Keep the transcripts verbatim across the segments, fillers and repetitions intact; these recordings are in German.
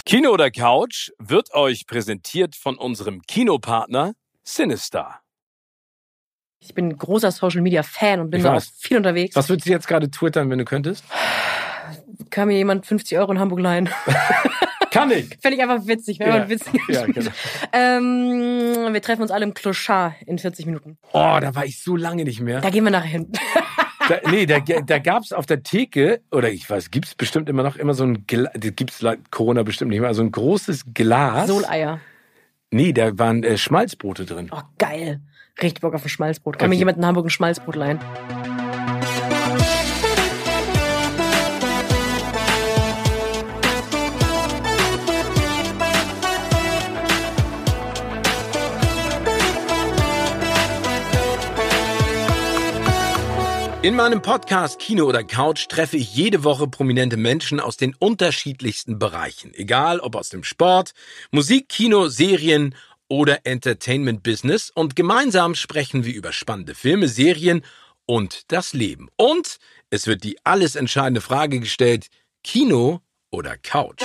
Kino oder Couch wird euch präsentiert von unserem Kinopartner Cinestar. Ich bin ein großer Social-Media-Fan und bin da auch viel unterwegs. Was würdest du jetzt gerade twittern, wenn du könntest? Kann mir jemand fünfzig Euro in Hamburg leihen? Kann ich. Fände ich einfach witzig. Wenn Ja. man witzig Ja, genau. ähm, wir treffen uns alle im Clochard in vierzig Minuten. Oh, da war ich so lange nicht mehr. Da gehen wir nachher hin. Da, nee, da, da gab's auf der Theke, oder ich weiß, gibt's bestimmt immer noch, immer so ein, Gla- das gibt's seit Corona bestimmt nicht mehr, so ein großes Glas. Soleier. Nee, da waren äh, Schmalzbrote drin. Oh, geil. Richtig Bock auf ein Schmalzbrot. Kann Okay. mir jemand in Hamburg ein Schmalzbrot leihen? In meinem Podcast Kino oder Couch treffe ich jede Woche prominente Menschen aus den unterschiedlichsten Bereichen. Egal ob aus dem Sport, Musik, Kino, Serien oder Entertainment-Business. Und gemeinsam sprechen wir über spannende Filme, Serien und das Leben. Und es wird die alles entscheidende Frage gestellt, Kino oder Couch?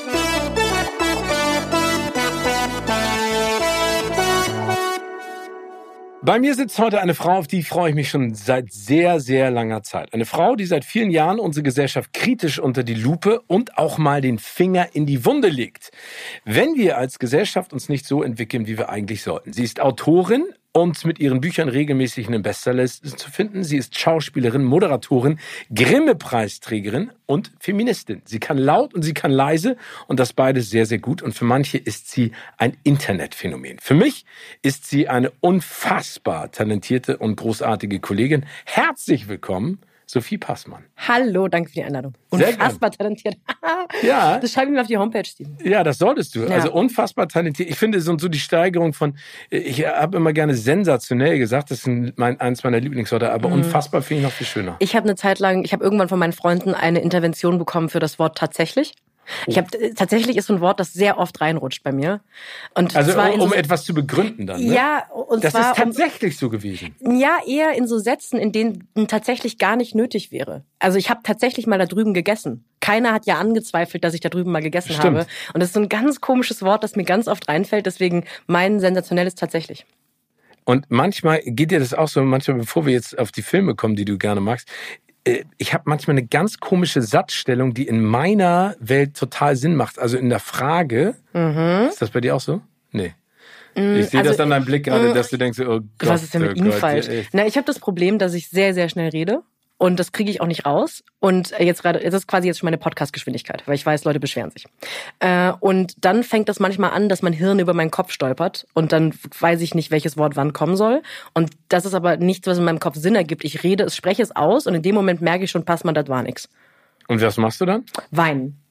Bei mir sitzt heute eine Frau, auf die freue ich mich schon seit sehr, sehr langer Zeit. Eine Frau, die seit vielen Jahren unsere Gesellschaft kritisch unter die Lupe und auch mal den Finger in die Wunde legt. Wenn wir als Gesellschaft uns nicht so entwickeln, wie wir eigentlich sollten. Sie ist Autorin und mit ihren Büchern regelmäßig in den Bestsellerlisten zu finden. Sie ist Schauspielerin, Moderatorin, Grimme-Preisträgerin und Feministin. Sie kann laut und sie kann leise und das beides sehr, sehr gut. Und für manche ist sie ein Internetphänomen. Für mich ist sie eine unfassbar talentierte und großartige Kollegin. Herzlich willkommen, Sophie Passmann. Hallo, danke für die Einladung. Sehr Unfassbar talentiert. Ja. Das schreibe ich mir auf die Homepage, Steven. Ja, das solltest du. Ja. Also unfassbar talentiert. Ich finde so, so die Steigerung von, ich habe immer gerne sensationell gesagt, das ist mein, eins meiner Lieblingsworte, aber mhm. unfassbar finde ich noch viel schöner. Ich habe eine Zeit lang, ich habe irgendwann von meinen Freunden eine Intervention bekommen für das Wort tatsächlich. Ich habe tatsächlich ist so ein Wort, das sehr oft reinrutscht bei mir. Und also zwar um, um so, etwas zu begründen dann, ne? Ja, und das zwar ist tatsächlich um, so gewesen. Ja, eher in so Sätzen, in denen tatsächlich gar nicht nötig wäre. Also ich habe tatsächlich mal da drüben gegessen. Keiner hat ja angezweifelt, dass ich da drüben mal gegessen Stimmt. habe. Und das ist so ein ganz komisches Wort, das mir ganz oft reinfällt. Deswegen mein sensationelles tatsächlich. Und manchmal geht dir das auch so, manchmal bevor wir jetzt auf die Filme kommen, die du gerne magst, ich habe manchmal eine ganz komische Satzstellung, die in meiner Welt total Sinn macht. Also in der Frage, mhm. ist das bei dir auch so? Nee. Ich sehe also, das an deinem Blick gerade, dass du denkst, oh Gott, was ist denn mit oh ihm Gott, falsch? Ja, Na, ich habe das Problem, dass ich sehr, sehr schnell rede. Und das kriege ich auch nicht raus. Und jetzt gerade, das ist quasi jetzt schon meine Podcast-Geschwindigkeit, weil ich weiß, Leute beschweren sich. Äh, und dann fängt das manchmal an, dass mein Hirn über meinen Kopf stolpert. Und dann weiß ich nicht, welches Wort wann kommen soll. Und das ist aber nichts, was in meinem Kopf Sinn ergibt. Ich rede es, spreche es aus und in dem Moment merke ich schon, pass mal, das war nix. Und was machst du dann? Weinen.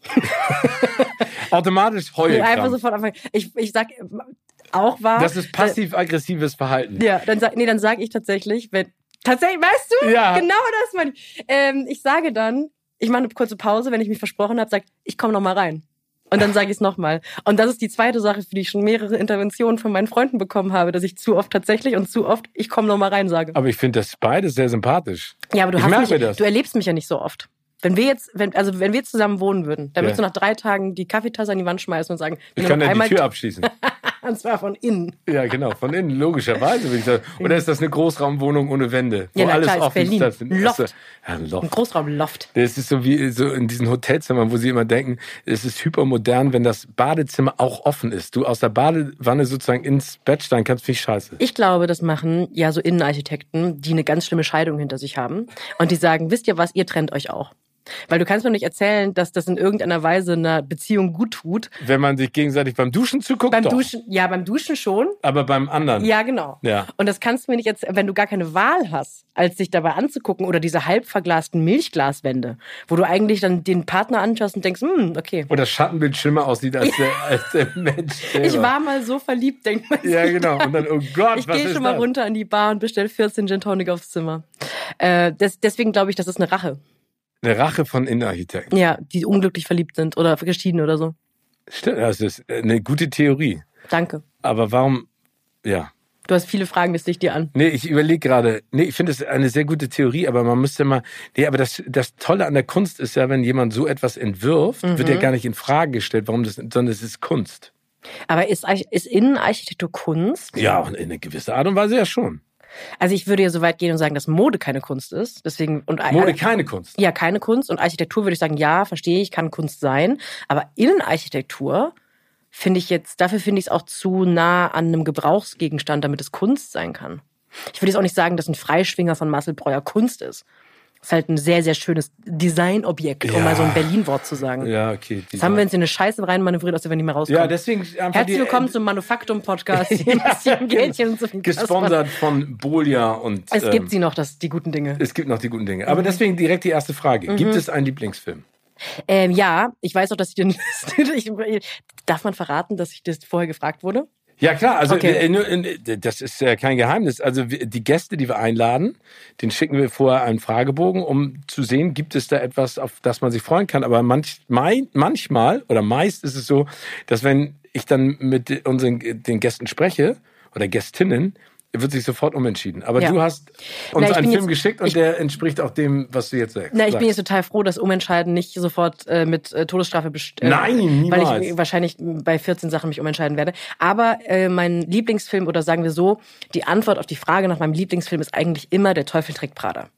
Automatisch heulen. Einfach sofort anfangen. Ich, ich sag auch wahr. Das ist passiv-aggressives Verhalten. Ja, dann sag, nee, dann sage ich tatsächlich, wenn, tatsächlich, weißt du? Ja. Genau das meine ich. Ähm, ich sage dann, ich mache eine kurze Pause, wenn ich mich versprochen habe, sag, ich komme noch mal rein. Und dann sage ich es nochmal. Und das ist die zweite Sache, für die ich schon mehrere Interventionen von meinen Freunden bekommen habe, dass ich zu oft tatsächlich und zu oft, ich komme noch mal rein, sage. Aber ich finde das beides sehr sympathisch. Ja, aber du ich hast merke mich, mir das. du erlebst mich ja nicht so oft. Wenn wir jetzt, wenn, also wenn wir zusammen wohnen würden, dann würdest Ja. du nach drei Tagen die Kaffeetasse an die Wand schmeißen und sagen, Ich nur kann noch dann die einmal Tür abschließen. und zwar von innen. Ja, genau, von innen, logischerweise, würde ich sagen. Oder ist das eine Großraumwohnung ohne Wände? Wo Ja, na alles klar, ist offen Berlin. ist. Das, Loft. Also, ja, ein Loft. Ein Großraumloft. Das ist so wie so in diesen Hotelzimmern, wo sie immer denken, es ist hypermodern, wenn das Badezimmer auch offen ist. Du aus der Badewanne sozusagen ins Bett steigen kannst, finde ich scheiße. Ich glaube, das machen ja so Innenarchitekten, die eine ganz schlimme Scheidung hinter sich haben. Und die sagen, wisst ihr was, ihr trennt euch auch. Weil du kannst mir nicht erzählen, dass das in irgendeiner Weise einer Beziehung gut tut. Wenn man sich gegenseitig beim Duschen zuguckt, Beim doch. Duschen, ja, beim Duschen schon. Aber beim anderen. Ja, genau. Ja. Und das kannst du mir nicht erzählen, wenn du gar keine Wahl hast, als dich dabei anzugucken oder diese halb verglasten Milchglaswände, wo du eigentlich dann den Partner anschaust und denkst, hm, okay. Oder das Schattenbild schlimmer aussieht als der, als der Mensch selber. Ich war mal so verliebt, denkt man. Ja, genau. Und dann, oh Gott, Ich was gehe ist schon mal das? runter an die Bar und bestell vierzehn Gin Tonic aufs Zimmer. Äh, des, deswegen glaube ich, das ist eine Rache. Eine Rache von Innenarchitekten. Ja, die unglücklich verliebt sind oder geschieden oder so. Stimmt, das ist eine gute Theorie. Danke. Aber warum, ja. Du hast viele Fragen, das ich dir an. Nee, ich überlege gerade, nee, ich finde es eine sehr gute Theorie, aber man müsste mal, nee, aber das, das Tolle an der Kunst ist ja, wenn jemand so etwas entwirft, mhm. wird ja gar nicht in Frage gestellt, warum das, sondern es ist Kunst. Aber ist, ist Innenarchitektur Kunst? Ja, in einer gewissen Art und Weise ja schon. Also ich würde ja so weit gehen und sagen, dass Mode keine Kunst ist. Deswegen und Mode keine Kunst? Ja, keine Kunst. Und Architektur würde ich sagen, ja, verstehe ich, kann Kunst sein. Aber Innenarchitektur finde ich jetzt, dafür finde ich es auch zu nah an einem Gebrauchsgegenstand, damit es Kunst sein kann. Ich würde jetzt auch nicht sagen, dass ein Freischwinger von Marcel Breuer Kunst ist. Das ist halt ein sehr, sehr schönes Designobjekt, ja. um mal so ein Berlin-Wort zu sagen. Ja, okay. Jetzt haben wir uns in eine Scheiße reinmanövriert, aus der wir nicht mehr rauskommen. Ja, deswegen Herzlich die, willkommen zum Manufaktum-Podcast. ja, Gähnchen und so viel gesponsert von Bolia und... Es ähm, gibt sie noch, das, die guten Dinge. Es gibt noch die guten Dinge. Aber mhm. deswegen direkt die erste Frage. Mhm. Gibt es einen Lieblingsfilm? Ähm, ja, ich weiß auch, dass ich den... ich, darf man verraten, dass ich das vorher gefragt wurde? Ja klar, also okay. äh, das ist ja kein Geheimnis. Also die Gäste, die wir einladen, den schicken wir vorher einen Fragebogen, um zu sehen, gibt es da etwas, auf das man sich freuen kann. Aber manch, manchmal oder meist ist es so, dass wenn ich dann mit unseren den Gästen spreche oder Gästinnen, wird sich sofort umentschieden. Aber ja. du hast uns Na, einen Film jetzt, geschickt und ich, der entspricht auch dem, was du jetzt sagst. Na, ich bin jetzt total froh, dass Umentscheiden nicht sofort äh, mit äh, Todesstrafe bestimmt. Äh, Nein, niemals. Weil ich wahrscheinlich bei vierzehn Sachen mich umentscheiden werde. Aber äh, mein Lieblingsfilm, oder sagen wir so, die Antwort auf die Frage nach meinem Lieblingsfilm ist eigentlich immer Der Teufel trägt Prada.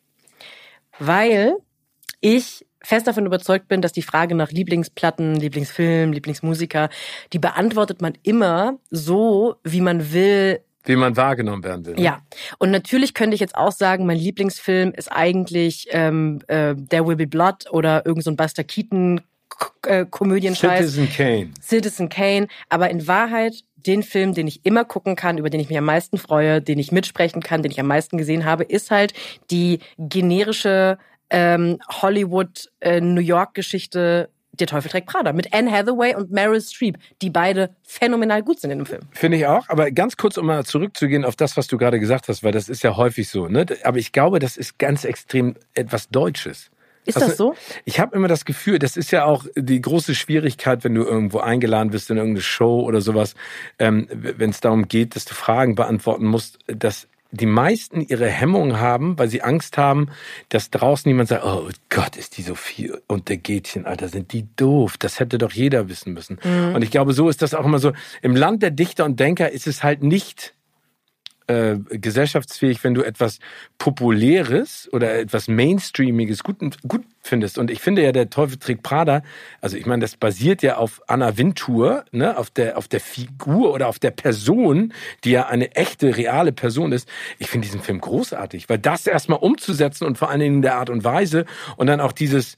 Weil ich fest davon überzeugt bin, dass die Frage nach Lieblingsplatten, Lieblingsfilm, Lieblingsmusiker, die beantwortet man immer so, wie man will, wie man wahrgenommen werden will. Ne? Ja, und natürlich könnte ich jetzt auch sagen, mein Lieblingsfilm ist eigentlich ähm, äh, There Will Be Blood oder irgend so ein Buster Keaton äh, Komödienscheiß. Citizen Kane. Citizen Kane. Aber in Wahrheit den Film, den ich immer gucken kann, über den ich mich am meisten freue, den ich mitsprechen kann, den ich am meisten gesehen habe, ist halt die generische ähm, Hollywood-New York-Geschichte Der Teufel trägt Prada mit Anne Hathaway und Meryl Streep, die beide phänomenal gut sind in dem Film. Finde ich auch, aber ganz kurz, um mal zurückzugehen auf das, was du gerade gesagt hast, weil das ist ja häufig so, ne? Aber ich glaube, das ist ganz extrem etwas Deutsches. Ist also, das so? Ich habe immer das Gefühl, das ist ja auch die große Schwierigkeit, wenn du irgendwo eingeladen bist in irgendeine Show oder sowas, ähm, wenn es darum geht, dass du Fragen beantworten musst, dass die meisten ihre Hemmungen haben, weil sie Angst haben, dass draußen jemand sagt, oh Gott, ist die so viel unter Gätchen, Alter, sind die doof. Das hätte doch jeder wissen müssen. Mhm. Und ich glaube, so ist das auch immer so. Im Land der Dichter und Denker ist es halt nicht äh, gesellschaftsfähig, wenn du etwas Populäres oder etwas Mainstreamiges gut, gut findest. Und ich finde ja, der Teufel trägt Prada, also ich meine, das basiert ja auf Anna Wintour, ne, auf der, auf der Figur oder auf der Person, die ja eine echte, reale Person ist. Ich finde diesen Film großartig, weil das erstmal umzusetzen und vor allen Dingen in der Art und Weise und dann auch dieses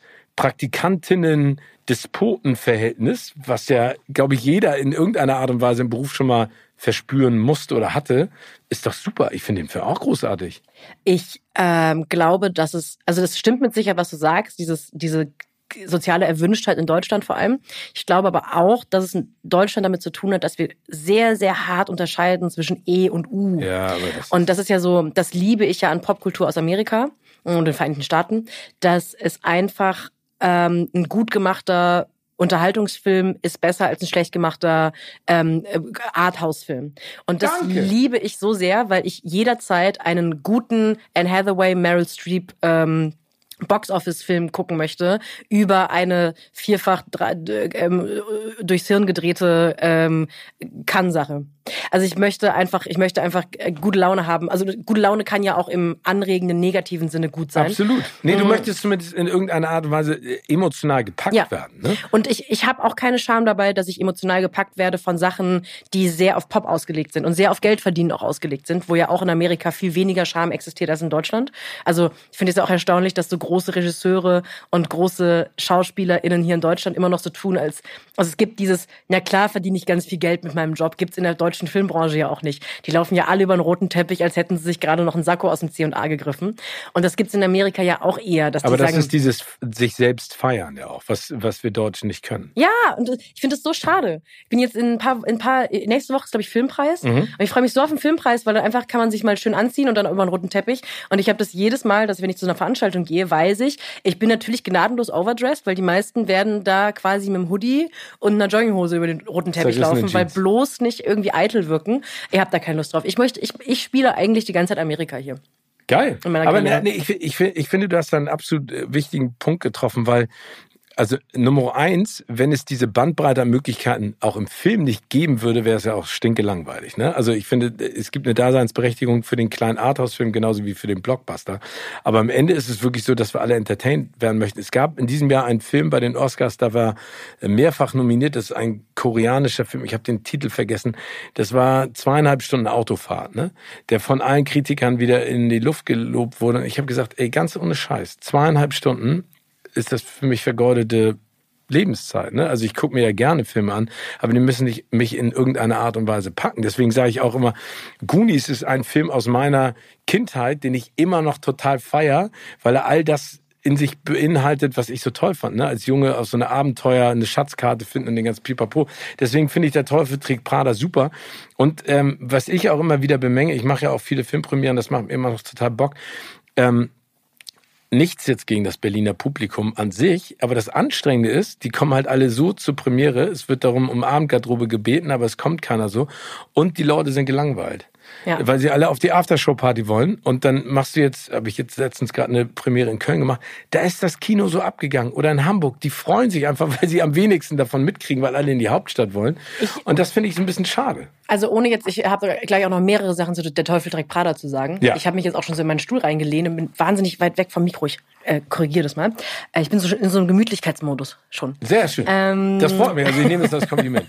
Praktikantinnen-Despoten-Verhältnis, was ja, glaube ich, jeder in irgendeiner Art und Weise im Beruf schon mal verspüren musste oder hatte, ist doch super. Ich finde den Film auch großartig. Ich ähm, glaube, dass es, also das stimmt mit Sicherheit, was du sagst, dieses, diese soziale Erwünschtheit in Deutschland vor allem. Ich glaube aber auch, dass es in Deutschland damit zu tun hat, dass wir sehr, sehr hart unterscheiden zwischen E und U. Ja, aber das und das ist ja so, das liebe ich ja an Popkultur aus Amerika und den Vereinigten Staaten, dass es einfach ähm, ein gut gemachter Unterhaltungsfilm ist besser als ein schlecht gemachter ähm, Arthouse-Film. Und das Danke. liebe ich so sehr, weil ich jederzeit einen guten Anne Hathaway, Meryl Streep ähm, Box-Office-Film gucken möchte über eine vierfach drei, ähm, durchs Hirn gedrehte ähm, Kann-Sache. Also ich möchte einfach, ich möchte einfach gute Laune haben. Also gute Laune kann ja auch im anregenden, negativen Sinne gut sein. Absolut. Nee, du mhm. möchtest zumindest in irgendeiner Art und Weise emotional gepackt ja. werden. Ne? Und ich, ich habe auch keine Scham dabei, dass ich emotional gepackt werde von Sachen, die sehr auf Pop ausgelegt sind und sehr auf Geld verdienen auch ausgelegt sind, wo ja auch in Amerika viel weniger Scham existiert als in Deutschland. Also ich finde es auch erstaunlich, dass so große Regisseure und große SchauspielerInnen hier in Deutschland immer noch so tun, als, also es gibt dieses, na klar verdiene ich ganz viel Geld mit meinem Job, gibt's in der deutschen Filmbranche ja auch nicht. Die laufen ja alle über den roten Teppich, als hätten sie sich gerade noch einen Sakko aus dem C und A gegriffen. Und das gibt's in Amerika ja auch eher. Dass Aber die das sagen, ist dieses sich selbst feiern ja auch, was, was wir Deutschen nicht können. Ja, und ich finde das so schade. Ich bin jetzt in ein paar, in ein paar nächste Woche ist, glaube ich, Filmpreis. Mhm. Und ich freue mich so auf den Filmpreis, weil dann einfach kann man sich mal schön anziehen und dann über den roten Teppich. Und ich habe das jedes Mal, dass wenn ich zu einer Veranstaltung gehe, weiß ich, ich bin natürlich gnadenlos overdressed, weil die meisten werden da quasi mit dem Hoodie und einer Jogginghose über den roten Teppich laufen, weil bloß nicht irgendwie eitel wirken. Ich habe da keine Lust drauf. Ich möchte, ich, ich spiele eigentlich die ganze Zeit Amerika hier. Geil. Aber nee, nee, ich, ich, ich finde, du hast da einen absolut wichtigen Punkt getroffen, weil also Nummer eins, wenn es diese Bandbreite an Möglichkeiten auch im Film nicht geben würde, wäre es ja auch stinkelangweilig. Ne? Also ich finde, es gibt eine Daseinsberechtigung für den kleinen Arthouse-Film genauso wie für den Blockbuster. Aber am Ende ist es wirklich so, dass wir alle entertained werden möchten. Es gab in diesem Jahr einen Film bei den Oscars, da war mehrfach nominiert. Das ist ein koreanischer Film, ich habe den Titel vergessen. Das war zweieinhalb Stunden Autofahrt, ne? Der von allen Kritikern wieder in die Luft gelobt wurde. Und ich habe gesagt, ey, ganz ohne Scheiß, zweieinhalb Stunden ist das für mich vergeudete Lebenszeit. Ne? Also ich gucke mir ja gerne Filme an, aber die müssen nicht mich in irgendeiner Art und Weise packen. Deswegen sage ich auch immer, Goonies ist ein Film aus meiner Kindheit, den ich immer noch total feier, weil er all das in sich beinhaltet, was ich so toll fand. Ne? Als Junge aus so einer Abenteuer eine Schatzkarte finden und den ganzen Pipapo. Deswegen finde ich Der Teufel trägt Prada super. Und ähm, was ich auch immer wieder bemenge, ich mache ja auch viele Filmpremieren, das macht mir immer noch total Bock, ähm, nichts jetzt gegen das Berliner Publikum an sich, aber das Anstrengende ist, die kommen halt alle so zur Premiere, es wird darum um Abendgarderobe gebeten, aber es kommt keiner so und die Leute sind gelangweilt. Ja. Weil sie alle auf die Aftershow-Party wollen und dann machst du jetzt, habe ich jetzt letztens gerade eine Premiere in Köln gemacht, da ist das Kino so abgegangen oder in Hamburg, die freuen sich einfach, weil sie am wenigsten davon mitkriegen, weil alle in die Hauptstadt wollen ich, und das finde ich so ein bisschen schade. Also ohne jetzt, ich habe gleich auch noch mehrere Sachen zu Der Teufel trägt Prada zu sagen. Ja. Ich habe mich jetzt auch schon so in meinen Stuhl reingelehnt und bin wahnsinnig weit weg vom Mikro. Ich äh, korrigiere das mal. Ich bin so in so einem Gemütlichkeitsmodus schon. Sehr schön. Ähm, das freut mich. Also ich nehme es als Kompliment.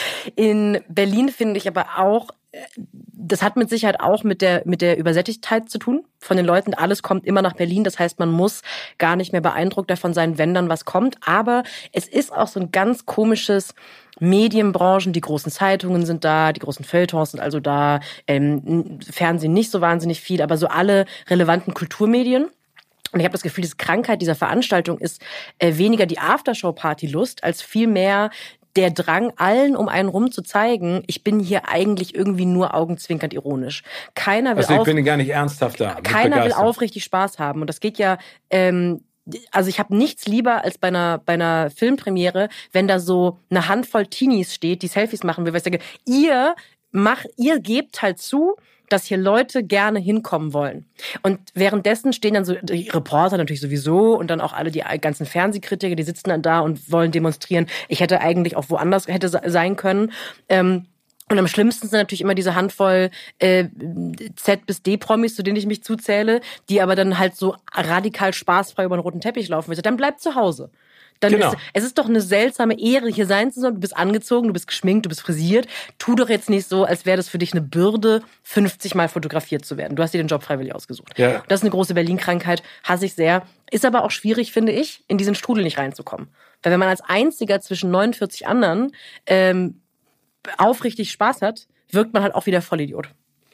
In Berlin finde ich aber auch, das hat mit Sicherheit auch mit der mit der Übersättigkeit zu tun von den Leuten. Alles kommt immer nach Berlin. Das heißt, man muss gar nicht mehr beeindruckt davon sein, wenn dann was kommt. Aber es ist auch so ein ganz komisches Medienbranchen. Die großen Zeitungen sind da, die großen Feuilletons sind also da, ähm, Fernsehen nicht so wahnsinnig viel, aber so alle relevanten Kulturmedien. Und ich habe das Gefühl, diese Krankheit dieser Veranstaltung ist äh, weniger die Aftershow-Party-Lust, als vielmehr der Drang, allen um einen rum zu zeigen, ich bin hier eigentlich irgendwie nur augenzwinkernd ironisch. Keiner will also ich auf, bin gar nicht ernsthaft da. Keiner will aufrichtig Spaß haben. Und das geht ja, ähm, also ich habe nichts lieber als bei einer bei einer Filmpremiere, wenn da so eine Handvoll Teenies steht, die Selfies machen will, weil ich sage, ihr macht, ihr gebt halt zu, dass hier Leute gerne hinkommen wollen. Und währenddessen stehen dann so die Reporter natürlich sowieso und dann auch alle die ganzen Fernsehkritiker, die sitzen dann da und wollen demonstrieren. Ich hätte eigentlich auch woanders hätte sein können. Ähm, Und am schlimmsten sind natürlich immer diese Handvoll äh, Z- bis D-Promis, zu denen ich mich zuzähle, die aber dann halt so radikal spaßfrei über den roten Teppich laufen. Dann bleib zu Hause. Dann genau. ist, es ist doch eine seltsame Ehre, hier sein zu sollen. Du bist angezogen, du bist geschminkt, du bist frisiert. Tu doch jetzt nicht so, als wäre das für dich eine Bürde, fünfzig Mal fotografiert zu werden. Du hast dir den Job freiwillig ausgesucht. Ja. Das ist eine große Berlin-Krankheit, hasse ich sehr. Ist aber auch schwierig, finde ich, in diesen Strudel nicht reinzukommen. Weil wenn man als Einziger zwischen neunundvierzig anderen ähm, aufrichtig Spaß hat, wirkt man halt auch wieder Vollidiot.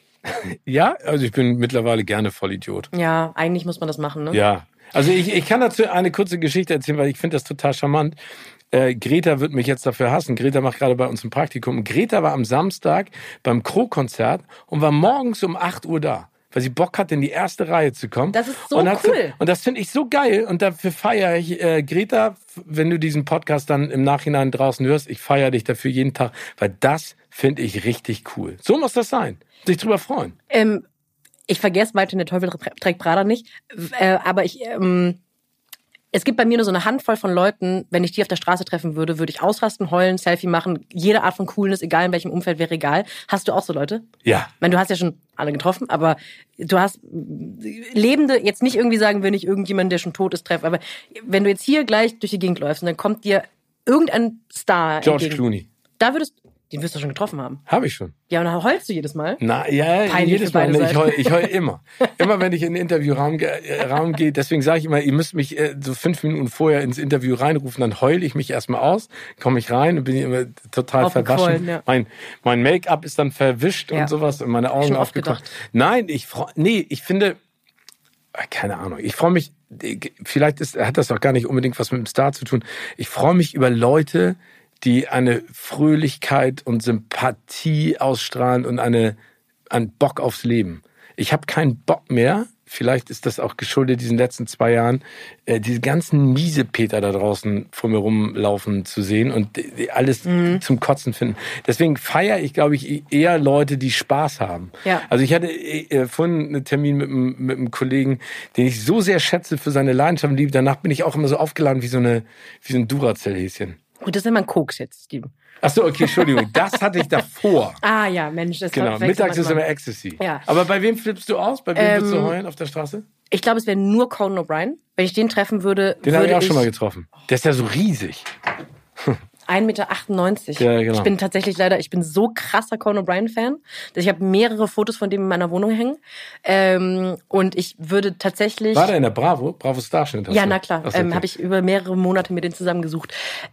Ja, also ich bin mittlerweile gerne Vollidiot. Ja, eigentlich muss man das machen, ne? Ja. Also ich, ich kann dazu eine kurze Geschichte erzählen, weil ich finde das total charmant. Äh, Greta wird mich jetzt dafür hassen. Greta macht gerade bei uns ein Praktikum. Greta war am Samstag beim Kro-Konzert und war morgens um acht Uhr da, weil sie Bock hat, in die erste Reihe zu kommen. Das ist so und cool. So, und das finde ich so geil. Und dafür feiere ich, äh, Greta, wenn du diesen Podcast dann im Nachhinein draußen hörst, ich feiere dich dafür jeden Tag, weil das finde ich richtig cool. So muss das sein. Sich drüber freuen. Ähm, ich vergesse weiterhin, der Teufel trägt Prada nicht. Äh, aber ich... Ähm Es gibt bei mir nur so eine Handvoll von Leuten, wenn ich die auf der Straße treffen würde, würde ich ausrasten, heulen, Selfie machen. Jede Art von Coolness, egal in welchem Umfeld, wäre egal. Hast du auch so Leute? Ja. Ich meine, du hast ja schon alle getroffen, aber du hast Lebende, jetzt nicht irgendwie sagen, wenn ich irgendjemanden, der schon tot ist, treffe, aber wenn du jetzt hier gleich durch die Gegend läufst und dann kommt dir irgendein Star George entgegen, Clooney. Da würdest den wirst du schon getroffen haben. Habe ich schon. Ja, und dann heulst du jedes Mal? Na, ja, Peinlich jedes Mal. für beide Ich heul, ich heul immer. Immer wenn ich in den Interviewraum äh, Raum gehe, deswegen sage ich immer, ihr müsst mich äh, so fünf Minuten vorher ins Interview reinrufen, dann heule ich mich erstmal aus, komme ich rein und bin immer total verwaschen. Ja. Mein, mein Make-up ist dann verwischt ja. und sowas und meine Augen aufgekocht. Nein, ich freu, nee, ich finde, keine Ahnung, ich freue mich, vielleicht ist, hat das auch gar nicht unbedingt was mit dem Star zu tun. Ich freue mich über Leute, die eine Fröhlichkeit und Sympathie ausstrahlen und eine, einen Bock aufs Leben. Ich habe keinen Bock mehr, vielleicht ist das auch geschuldet diesen letzten zwei Jahren, äh, diese ganzen Miesepeter da draußen vor mir rumlaufen zu sehen und äh, alles mhm. zum Kotzen finden. Deswegen feiere ich, glaube ich, eher Leute, die Spaß haben. Ja. Also ich hatte äh, vorhin einen Termin mit, mit einem Kollegen, den ich so sehr schätze für seine Leidenschaft und Liebe. Danach bin ich auch immer so aufgeladen wie so, eine, wie so ein Duracell-Häschen. Gut, das ist immer ein Koks jetzt, Steven. Ach so, okay, Entschuldigung. Das hatte ich davor. Ah ja, Mensch. Das genau, mittags ist immer Ecstasy. Ja. Aber bei wem flippst du aus? Bei wem ähm, willst du heulen auf der Straße? Ich glaube, es wäre nur Conan O'Brien. Wenn ich den treffen würde, Den würde habe ich auch ich schon mal getroffen. Der ist ja so riesig. ein Meter achtundneunzig. Ja, genau. Ich bin tatsächlich leider, ich bin so krasser Conan O'Brien-Fan, dass ich habe mehrere Fotos von dem in meiner Wohnung hängen. Ähm, und ich würde tatsächlich... War der in der Bravo? Bravo Starschnitt? Ja, na klar. So, okay. ähm, habe ich über mehrere Monate mit denen zusammengesucht.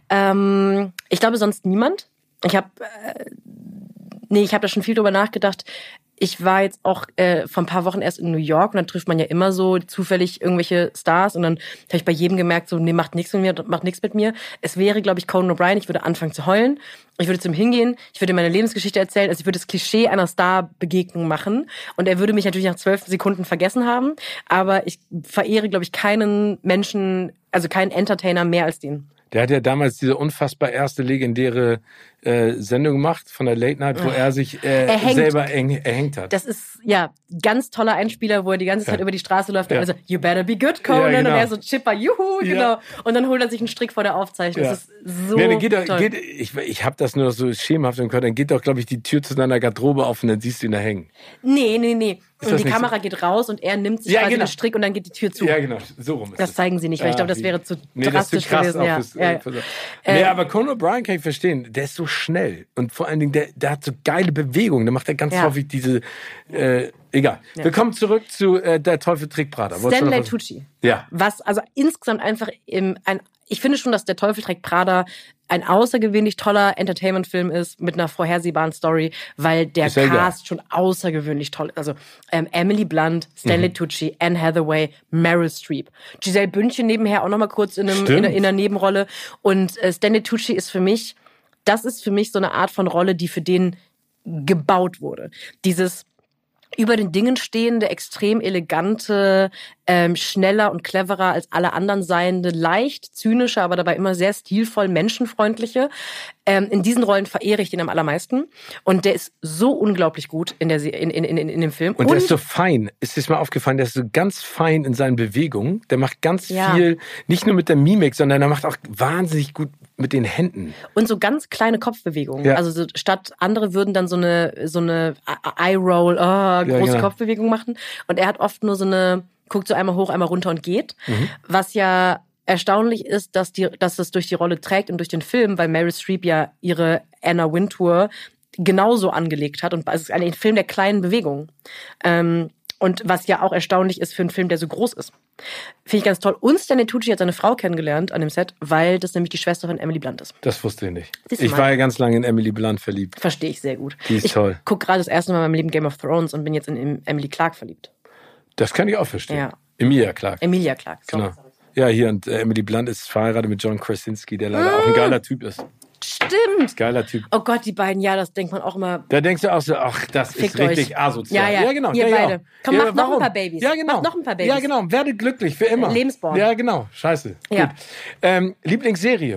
Ähm, ich glaube sonst niemand. Ich habe... Äh, nee, ich habe da schon viel drüber nachgedacht. Ich war jetzt auch äh, vor ein paar Wochen erst in New York und dann trifft man ja immer so zufällig irgendwelche Stars und dann habe ich bei jedem gemerkt, so nee, macht nichts mit mir, macht nichts mit mir. Es wäre, glaube ich, Conan O'Brien. Ich würde anfangen zu heulen. Ich würde zu ihm hingehen. Ich würde meine Lebensgeschichte erzählen. Also ich würde das Klischee einer Star-Begegnung machen und er würde mich natürlich nach zwölf Sekunden vergessen haben. Aber ich verehre, glaube ich, keinen Menschen, also keinen Entertainer mehr als den. Der hat ja damals diese unfassbar erste legendäre äh, Sendung gemacht von der Late Night, wo er sich äh, er selber eng, erhängt hat. Das ist, ja, ganz toller Einspieler, wo er die ganze Zeit ja. über die Straße läuft und ja. also, you better be good, Conan. Ja, genau. Und er so, Chipper, juhu, genau. Ja. Und dann holt er sich einen Strick vor der Aufzeichnung. Ja. Das ist so nee, dann geht doch, toll. Geht, ich ich habe das nur so schemenhaft im Körper. Dann geht doch, glaube ich, die Tür zu deiner Garderobe auf und dann siehst du ihn da hängen. Nee, nee, nee. Ist und die Kamera so? geht raus und er nimmt sich ja, quasi genau. den Strick und dann geht die Tür zu. Ja, genau. So rum ist das. Das zeigen sie nicht, weil ah, ich glaube, das wäre zu nee, drastisch das ist zu gewesen. Fürs, ja. äh, ja. Nee, äh, aber Conan O'Brien kann ich verstehen. Der ist so schnell und vor allen Dingen, der, der hat so geile Bewegungen. Der macht ja ganz ja. häufig diese... Äh, egal. Ja. Wir kommen zurück zu äh, Der Teufel trägt Prada. Stanley Tucci. Ja. Was also insgesamt einfach im... ein Ich finde schon, dass Der Teufel trägt Prada ein außergewöhnlich toller Entertainment-Film ist mit einer vorhersehbaren Story, weil der Cast geil. schon außergewöhnlich toll ist. Also ähm, Emily Blunt, Stanley mhm. Tucci, Anne Hathaway, Meryl Streep. Giselle Bündchen nebenher auch nochmal kurz in, einem, in, in einer Nebenrolle. Und äh, Stanley Tucci ist für mich, das ist für mich so eine Art von Rolle, die für den gebaut wurde. Dieses über den Dingen stehende, extrem elegante, ähm, schneller und cleverer als alle anderen seiende, leicht zynische, aber dabei immer sehr stilvoll, menschenfreundliche. Ähm, in diesen Rollen verehre ich den am allermeisten. Und der ist so unglaublich gut in, der, in, in, in, in dem Film. Und der und, ist so fein. Ist dir mal aufgefallen, der ist so ganz fein in seinen Bewegungen. Der macht ganz ja. viel, nicht nur mit der Mimik, sondern er macht auch wahnsinnig gut mit den Händen. Und so ganz kleine Kopfbewegungen. Ja. Also so, statt andere würden dann so eine so eine Eye-Roll, oh, große ja, genau. Kopfbewegung machen. Und er hat oft nur so eine, guckt so einmal hoch, einmal runter und geht. Mhm. Was ja erstaunlich ist, dass die, dass das durch die Rolle trägt und durch den Film, weil Meryl Streep ja ihre Anna Wintour genauso angelegt hat. Und es ist ein Film der kleinen Bewegungen. Ähm, Und was ja auch erstaunlich ist für einen Film, der so groß ist. Finde ich ganz toll. Und Stanley Tucci hat seine Frau kennengelernt an dem Set, weil das nämlich die Schwester von Emily Blunt ist. Das wusste ich nicht. Ich war ja ganz lange in Emily Blunt verliebt. Verstehe ich sehr gut. Die ist ich toll. Ich gucke gerade das erste Mal in meinem Leben Game of Thrones und bin jetzt in Emily Clarke verliebt. Das kann ich auch verstehen. Ja. Emilia Clarke. Emilia Clarke. So. Genau. Ja, hier, und äh, Emily Blunt ist verheiratet mit John Krasinski, der leider mmh. auch ein geiler Typ ist. Stimmt. Geiler Typ. Oh Gott, die beiden, ja, das denkt man auch immer. Da denkst du auch so, ach, das Fickt ist richtig euch. asozial. Ja, ja, ja genau. Ihr ja, beide. ja. Komm, ja, mach noch ein paar Babys. Ja, genau. Mach noch ein paar Babys. Ja, genau. Werde glücklich, für immer. Lebensborn. Ja, genau. Scheiße. Ja. Gut. Ähm, Lieblingsserie?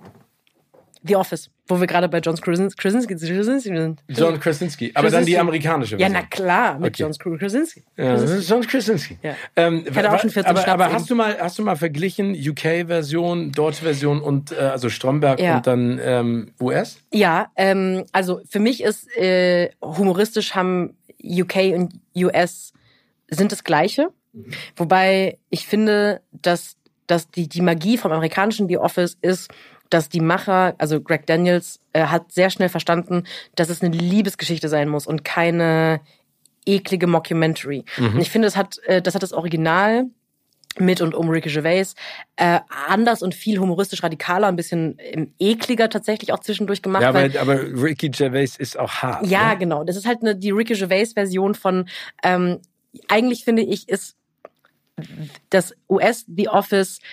The Office, wo wir gerade bei John Krasinski, Krasinski sind. John Krasinski, aber dann die amerikanische Ja, Version. na klar, mit Okay. John Krasinski. Ja, das ist John Krasinski. Ja. Ähm, Ich hatte auch schon vierzehn aber, Schnaps aber eben. hast du mal, hast du mal verglichen U K-Version, deutsche Version und äh, also Stromberg Ja. und dann ähm, U S? Ja, ähm, also für mich ist äh, humoristisch haben U K und U S sind das Gleiche, mhm. wobei ich finde, dass dass die die Magie vom amerikanischen The Office ist, dass die Macher, also Greg Daniels, äh, hat sehr schnell verstanden, dass es eine Liebesgeschichte sein muss und keine eklige Mockumentary. Mhm. Und ich finde, das hat, äh, das hat das Original mit und um Ricky Gervais äh, anders und viel humoristisch radikaler, ein bisschen ähm, ekliger tatsächlich auch zwischendurch gemacht. Ja, weil, aber, aber Ricky Gervais ist auch hart. Ja, ne? genau. Das ist halt eine, die Ricky Gervais-Version von, ähm, eigentlich finde ich, ist das U S The Office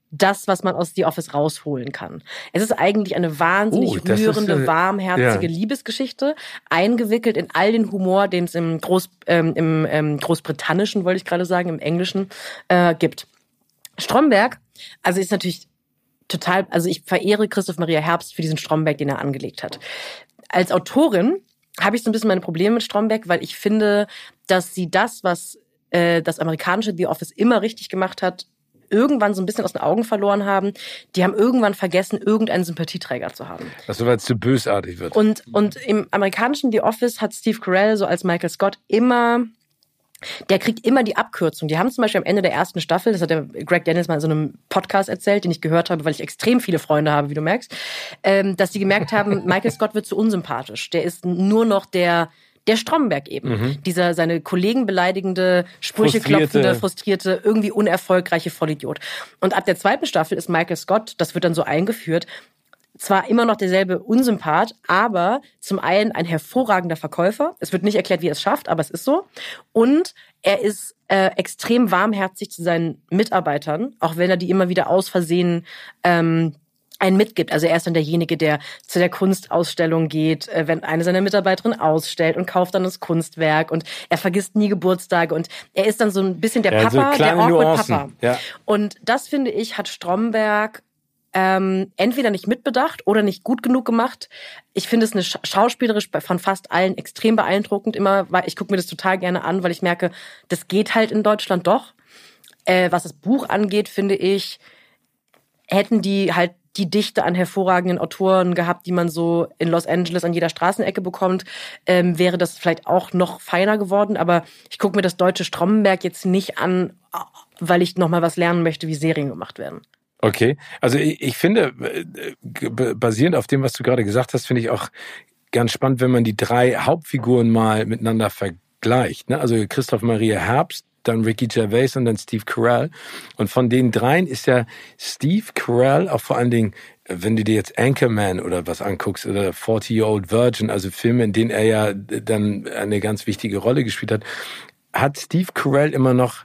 das, was man aus The Office rausholen kann. Es ist eigentlich eine wahnsinnig Oh, das ist, rührende, äh, warmherzige ja. Liebesgeschichte, eingewickelt in all den Humor, den es im, Groß, ähm, im ähm, Großbritannischen, wollte ich gerade sagen, im Englischen äh, gibt. Stromberg, also ist natürlich total, also ich verehre Christoph Maria Herbst für diesen Stromberg, den er angelegt hat. Als Autorin habe ich so ein bisschen meine Probleme mit Stromberg, weil ich finde, dass sie das, was äh, das amerikanische The Office immer richtig gemacht hat, irgendwann so ein bisschen aus den Augen verloren haben. Die haben irgendwann vergessen, irgendeinen Sympathieträger zu haben. Also weil es zu bösartig wird. Und, und im amerikanischen The Office hat Steve Carell so als Michael Scott immer, der kriegt immer die Abkürzung. Die haben zum Beispiel am Ende der ersten Staffel, das hat der Greg Daniels mal in so einem Podcast erzählt, den ich gehört habe, weil ich extrem viele Freunde habe, wie du merkst, ähm, dass die gemerkt haben, Michael Scott wird zu unsympathisch. Der ist nur noch der Der Stromberg eben. Mhm. Dieser seine Kollegen beleidigende, Sprüche klopfende, frustrierte, irgendwie unerfolgreiche Vollidiot. Und ab der zweiten Staffel ist Michael Scott, das wird dann so eingeführt, zwar immer noch derselbe Unsympath, aber zum einen ein hervorragender Verkäufer. Es wird nicht erklärt, wie er es schafft, aber es ist so. Und er ist äh, extrem warmherzig zu seinen Mitarbeitern, auch wenn er die immer wieder aus Versehen ähm, einen mitgibt. Also er ist dann derjenige, der zu der Kunstausstellung geht, wenn eine seiner Mitarbeiterinnen ausstellt und kauft dann das Kunstwerk und er vergisst nie Geburtstage und er ist dann so ein bisschen der ja, Papa, so der awkward Nuancen. Papa. Ja. Und das, finde ich, hat Stromberg ähm, entweder nicht mitbedacht oder nicht gut genug gemacht. Ich finde es eine Sch- schauspielerisch von fast allen extrem beeindruckend immer, weil ich gucke mir das total gerne an, weil ich merke, das geht halt in Deutschland doch. Äh, was das Buch angeht, finde ich, hätten die halt die Dichte an hervorragenden Autoren gehabt, die man so in Los Angeles an jeder Straßenecke bekommt, ähm, wäre das vielleicht auch noch feiner geworden. Aber ich gucke mir das deutsche Stromberg jetzt nicht an, weil ich noch mal was lernen möchte, wie Serien gemacht werden. Okay, also ich, ich finde, basierend auf dem, was du gerade gesagt hast, finde ich auch ganz spannend, wenn man die drei Hauptfiguren mal miteinander vergleicht. Ne? Also Christoph Maria Herbst, dann Ricky Gervais und dann Steve Carell. Und von den dreien ist ja Steve Carell auch vor allen Dingen, wenn du dir jetzt Anchorman oder was anguckst oder forty-Year-Old Virgin, also Filme, in denen er ja dann eine ganz wichtige Rolle gespielt hat, hat Steve Carell immer noch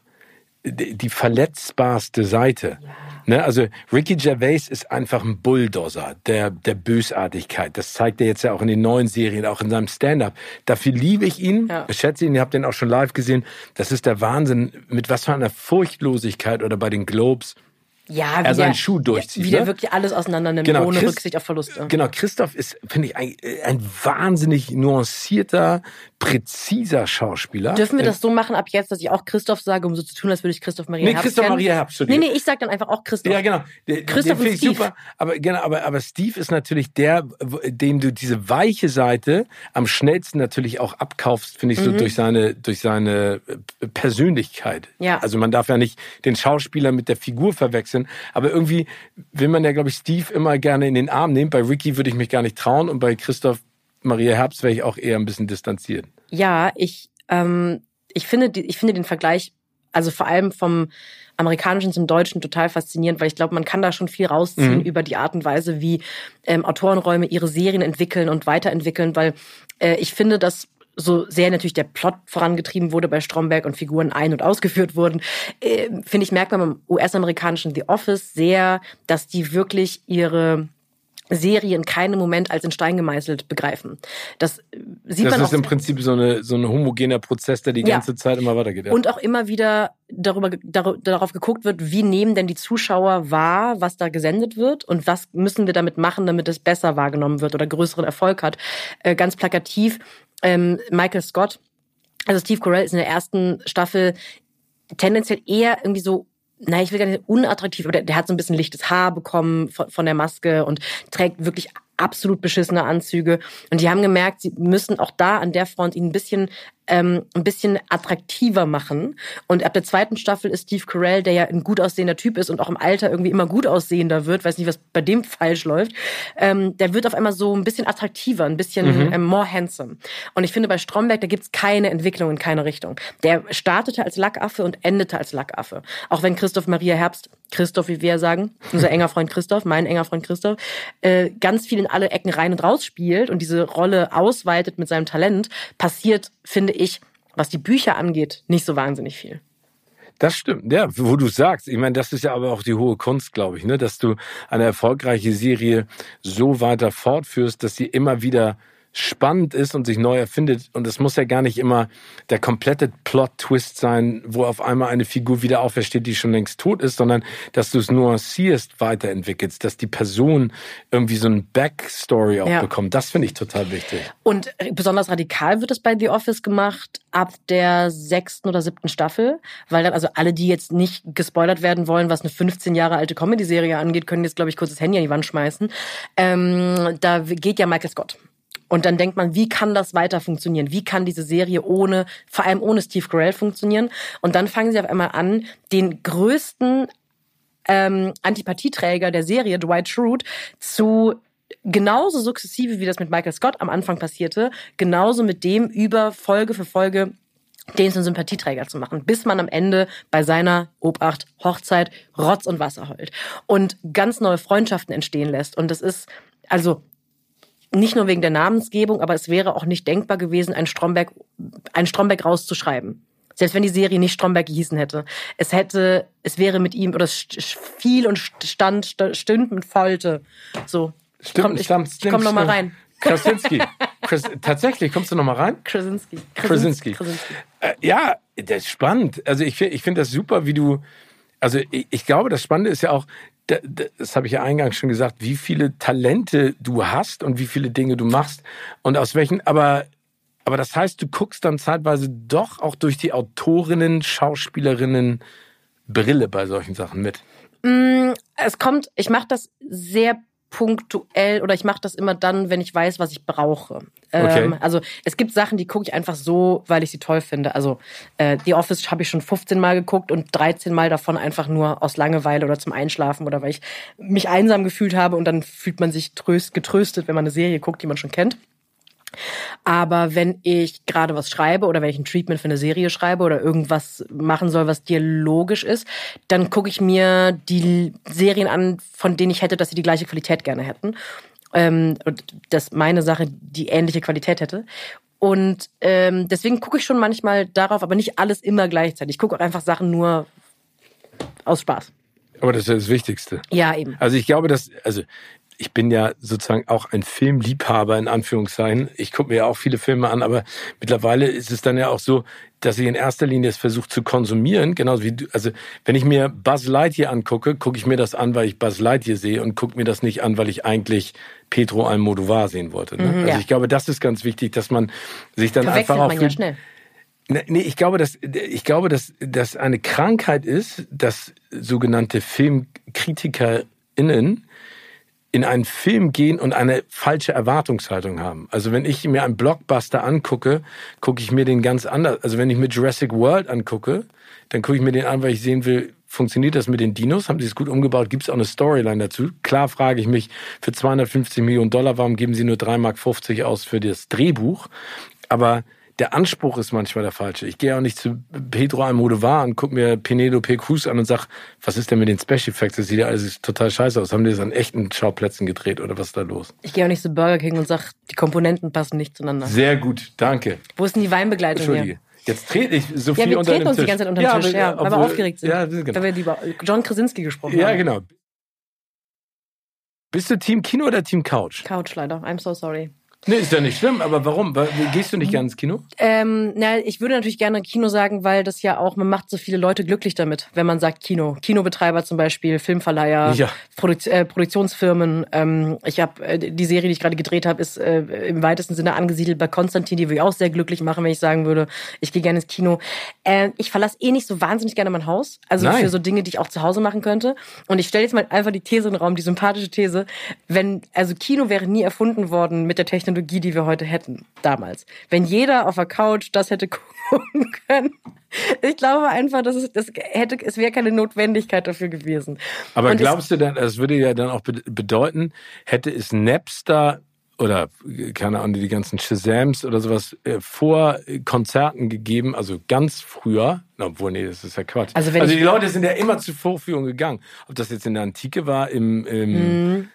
die verletzbarste Seite. Ja. Ne, also Ricky Gervais ist einfach ein Bulldozer der der Bösartigkeit. Das zeigt er jetzt ja auch in den neuen Serien, auch in seinem Stand-up. Dafür liebe ich ihn, ja. Ich schätze ihn, ihr habt den auch schon live gesehen. Das ist der Wahnsinn, mit was für einer Furchtlosigkeit oder bei den Globes ja, er seinen der, Schuh durchzieht. Wie ne? der wirklich alles auseinander nimmt, genau, ohne Christ, Rücksicht auf Verluste. Genau, Christoph ist, finde ich, ein, ein wahnsinnig nuancierter, präziser Schauspieler. Dürfen wir das so machen ab jetzt, dass ich auch Christoph sage, um so zu tun, als würde ich Christoph Maria nee, Herbst Christoph kennen? Maria Herbst. Nee, nee, ich sag dann einfach auch Christoph. Ja, genau. Den, Christoph den und Steve. Super. Aber, genau, aber, aber Steve ist natürlich der, dem du diese weiche Seite am schnellsten natürlich auch abkaufst, finde ich, so mhm. durch seine, durch seine Persönlichkeit. Ja. Also man darf ja nicht den Schauspieler mit der Figur verwechseln, aber irgendwie will man ja, glaube ich, Steve immer gerne in den Arm nehmen. Bei Ricky würde ich mich gar nicht trauen und bei Christoph Maria Herbst wäre ich auch eher ein bisschen distanziert. Ja, ich, ähm, ich finde, die, ich finde den Vergleich, also vor allem vom Amerikanischen zum Deutschen total faszinierend, weil ich glaube, man kann da schon viel rausziehen mhm. über die Art und Weise, wie ähm, Autorenräume ihre Serien entwickeln und weiterentwickeln, weil äh, ich finde, dass so sehr natürlich der Plot vorangetrieben wurde bei Stromberg und Figuren ein- und ausgeführt wurden, äh, finde ich, merkt man beim U S-amerikanischen The Office sehr, dass die wirklich ihre Serie in keinem Moment als in Stein gemeißelt begreifen. Das sieht das man auch. Das ist im Prinzip so eine so ein homogener Prozess, der die ganze ja. Zeit immer weitergeht. Ja. Und auch immer wieder darüber dar, darauf geguckt wird, wie nehmen denn die Zuschauer wahr, was da gesendet wird und was müssen wir damit machen, damit es besser wahrgenommen wird oder größeren Erfolg hat. Äh, ganz plakativ, ähm, Michael Scott, also Steve Carell ist in der ersten Staffel tendenziell eher irgendwie so, nein, ich will gar nicht unattraktiv, aber der, der hat so ein bisschen lichtes Haar bekommen von, von der Maske und trägt wirklich absolut beschissene Anzüge. Und die haben gemerkt, sie müssen auch da an der Front ihn ein bisschen ähm, ein bisschen attraktiver machen. Und ab der zweiten Staffel ist Steve Carell, der ja ein gut aussehender Typ ist und auch im Alter irgendwie immer gut aussehender wird, weiß nicht, was bei dem falsch läuft, ähm, der wird auf einmal so ein bisschen attraktiver, ein bisschen mhm. ähm, more handsome. Und ich finde, bei Stromberg, da gibt's keine Entwicklung in keine Richtung. Der startete als Lackaffe und endete als Lackaffe. Auch wenn Christoph Maria Herbst, Christoph, wie wir sagen, unser enger Freund Christoph, mein enger Freund Christoph, äh, ganz viel in alle Ecken rein und raus spielt und diese Rolle ausweitet mit seinem Talent, passiert, finde ich, was die Bücher angeht, nicht so wahnsinnig viel. Das stimmt, ja, wo du sagst. Ich meine, das ist ja aber auch die hohe Kunst, glaube ich, ne, dass du eine erfolgreiche Serie so weiter fortführst, dass sie immer wieder spannend ist und sich neu erfindet. Und es muss ja gar nicht immer der komplette Plot-Twist sein, wo auf einmal eine Figur wieder aufersteht, die schon längst tot ist, sondern dass du es nuancierst, weiterentwickelst, dass die Person irgendwie so ein Backstory auch ja. bekommt. Das finde ich total wichtig. Und besonders radikal wird es bei The Office gemacht ab der sechsten oder siebten Staffel, weil dann, also alle, die jetzt nicht gespoilert werden wollen, was eine fünfzehn Jahre alte Comedy-Serie angeht, können jetzt, glaube ich, kurz das Handy an die Wand schmeißen. Ähm, da geht ja Michael Scott. Und dann denkt man, wie kann das weiter funktionieren? Wie kann diese Serie ohne, vor allem ohne Steve Carell funktionieren? Und dann fangen sie auf einmal an, den größten ähm, Antipathieträger der Serie, Dwight Schrute, zu genauso sukzessive, wie das mit Michael Scott am Anfang passierte, genauso mit dem über Folge für Folge den zum Sympathieträger zu machen, bis man am Ende bei seiner Obacht Hochzeit Rotz und Wasser heult und ganz neue Freundschaften entstehen lässt. Und das ist, also nicht nur wegen der Namensgebung, aber es wäre auch nicht denkbar gewesen, einen Stromberg, einen Stromberg rauszuschreiben. Selbst wenn die Serie nicht Stromberg gehießen hätte. Es hätte, es wäre mit ihm, oder es fiel und stand, stünd mit Folte. So. Stimmt, komm, ich, stimmt, ich komm noch mal rein. Krasinski. Chris, tatsächlich, kommst du noch mal rein? Krasinski. Krasinski. Krasinski. Äh, ja, das ist spannend. Also ich finde ich finde das super, wie du, also ich, ich glaube, das Spannende ist ja auch, das habe ich ja eingangs schon gesagt, wie viele Talente du hast und wie viele Dinge du machst und aus welchen, aber, aber das heißt, du guckst dann zeitweise doch auch durch die Autorinnen, Schauspielerinnen Brille bei solchen Sachen mit. Es kommt, ich mache das sehr punktuell oder ich mache das immer dann, wenn ich weiß, was ich brauche. Okay. Ähm, also es gibt Sachen, die gucke ich einfach so, weil ich sie toll finde. Also äh, The Office habe ich schon fünfzehn Mal geguckt und dreizehn Mal davon einfach nur aus Langeweile oder zum Einschlafen oder weil ich mich einsam gefühlt habe und dann fühlt man sich tröst, getröstet, wenn man eine Serie guckt, die man schon kennt. Aber wenn ich gerade was schreibe oder wenn ich ein Treatment für eine Serie schreibe oder irgendwas machen soll, was dialogisch ist, dann gucke ich mir die Serien an, von denen ich hätte, dass sie die gleiche Qualität gerne hätten. Ähm, und dass meine Sache die ähnliche Qualität hätte. Und ähm, deswegen gucke ich schon manchmal darauf, aber nicht alles immer gleichzeitig. Ich gucke auch einfach Sachen nur aus Spaß. Aber das ist das Wichtigste. Ja, eben. Also ich glaube, dass, also ich bin ja sozusagen auch ein Filmliebhaber in Anführungszeichen. Ich gucke mir ja auch viele Filme an, aber mittlerweile ist es dann ja auch so, dass ich in erster Linie es versuche zu konsumieren. Genauso wie du, also wenn ich mir Buzz Lightyear angucke, gucke ich mir das an, weil ich Buzz Lightyear sehe und gucke mir das nicht an, weil ich eigentlich Pedro Almodovar sehen wollte. Ne? Mhm, also ja. Ich glaube, das ist ganz wichtig, dass man sich dann Verwechselt einfach auch man ja schnell. Nee, ich glaube, dass, ich glaube, dass, dass eine Krankheit ist, dass sogenannte FilmkritikerInnen in einen Film gehen und eine falsche Erwartungshaltung haben. Also wenn ich mir einen Blockbuster angucke, gucke ich mir den ganz anders. Also wenn ich mir Jurassic World angucke, dann gucke ich mir den an, weil ich sehen will, funktioniert das mit den Dinos? Haben sie es gut umgebaut? Gibt es auch eine Storyline dazu? Klar frage ich mich, für zweihundertfünfzig Millionen Dollar, warum geben sie nur drei Mark fünfzig aus für das Drehbuch? Aber der Anspruch ist manchmal der falsche. Ich gehe auch nicht zu Pedro Almodovar und gucke mir Penelope Cruz an und sag, was ist denn mit den Special Effects? Das sieht ja alles total scheiße aus. Haben die das an echten Schauplätzen gedreht oder was ist da los? Ich gehe auch nicht zu Burger King und sag, die Komponenten passen nicht zueinander. Sehr gut, danke. Wo ist denn die Weinbegleitung Entschuldige. hier? Jetzt trete ich so ja, viel unter den Tisch. Ja, wir treten uns die ganze Zeit unter den ja, Tisch, ja, obwohl, weil wir aufgeregt sind. Ja, genau. Weil wir über John Krasinski gesprochen ja, haben. Ja, genau. Bist du Team Kino oder Team Couch? Couch leider, I'm so sorry. Nee, ist ja nicht schlimm, aber warum? Gehst du nicht gerne ins Kino? Ähm, na, ich würde natürlich gerne Kino sagen, weil das ja auch, man macht so viele Leute glücklich damit, wenn man sagt Kino. Kinobetreiber zum Beispiel, Filmverleiher, ja. Produ- äh, Produktionsfirmen. Ähm, ich habe äh, die Serie, die ich gerade gedreht habe, ist äh, im weitesten Sinne angesiedelt bei Konstantin, die würde ich auch sehr glücklich machen, wenn ich sagen würde, ich gehe gerne ins Kino. Äh, ich verlasse eh nicht so wahnsinnig gerne mein Haus, also Nein. für so Dinge, die ich auch zu Hause machen könnte. Und ich stelle jetzt mal einfach die These in den Raum, die sympathische These, wenn, also Kino wäre nie erfunden worden mit der Technologie, die wir heute hätten. hätten damals. Wenn jeder auf der Couch das hätte gucken können. Ich glaube einfach, dass es, das hätte, es wäre keine Notwendigkeit dafür gewesen. Aber und glaubst du dann, das würde ja dann auch bedeuten, hätte es Napster oder, keine Ahnung, die ganzen Shazams oder sowas vor Konzerten gegeben, also ganz früher, obwohl, nee, das ist ja Quatsch. Also, wenn also ich, die Leute sind ja immer zu Vorführungen gegangen. Ob das jetzt in der Antike war, im, im,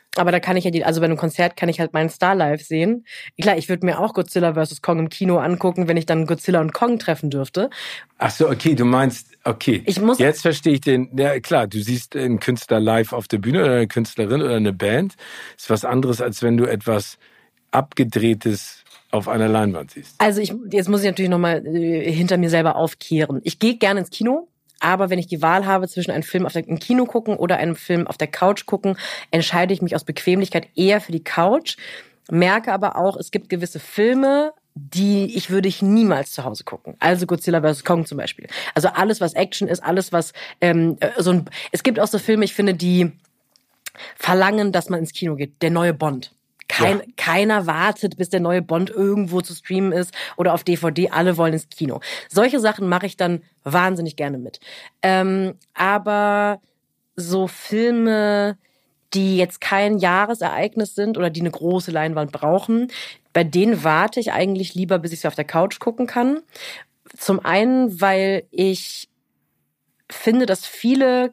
Aber da kann ich ja die, also bei einem Konzert kann ich halt meinen Star live sehen. Klar, ich würde mir auch Godzilla versus. Kong im Kino angucken, wenn ich dann Godzilla und Kong treffen dürfte. Ach so, okay, du meinst, okay. Ich muss, Jetzt verstehe ich den, ja klar, du siehst einen Künstler live auf der Bühne oder eine Künstlerin oder eine Band. Ist was anderes, als wenn du etwas Abgedrehtes auf einer Leinwand siehst. Also ich, jetzt muss ich natürlich nochmal äh, hinter mir selber aufkehren. Ich gehe gerne ins Kino. Aber wenn ich die Wahl habe zwischen einem Film auf der, im Kino gucken oder einem Film auf der Couch gucken, entscheide ich mich aus Bequemlichkeit eher für die Couch. Merke aber auch, es gibt gewisse Filme, die ich würde ich niemals zu Hause gucken. Also Godzilla versus. Kong zum Beispiel. Also alles, was Action ist, alles, was ähm, so ein. Es gibt auch so Filme, ich finde, die verlangen, dass man ins Kino geht. Der neue Bond. Kein, ja. Keiner wartet, bis der neue Bond irgendwo zu streamen ist oder auf D V D. Alle wollen ins Kino. Solche Sachen mache ich dann wahnsinnig gerne mit. Ähm, aber so Filme, die jetzt kein Jahresereignis sind oder die eine große Leinwand brauchen, bei denen warte ich eigentlich lieber, bis ich sie auf der Couch gucken kann. Zum einen, weil ich finde, dass viele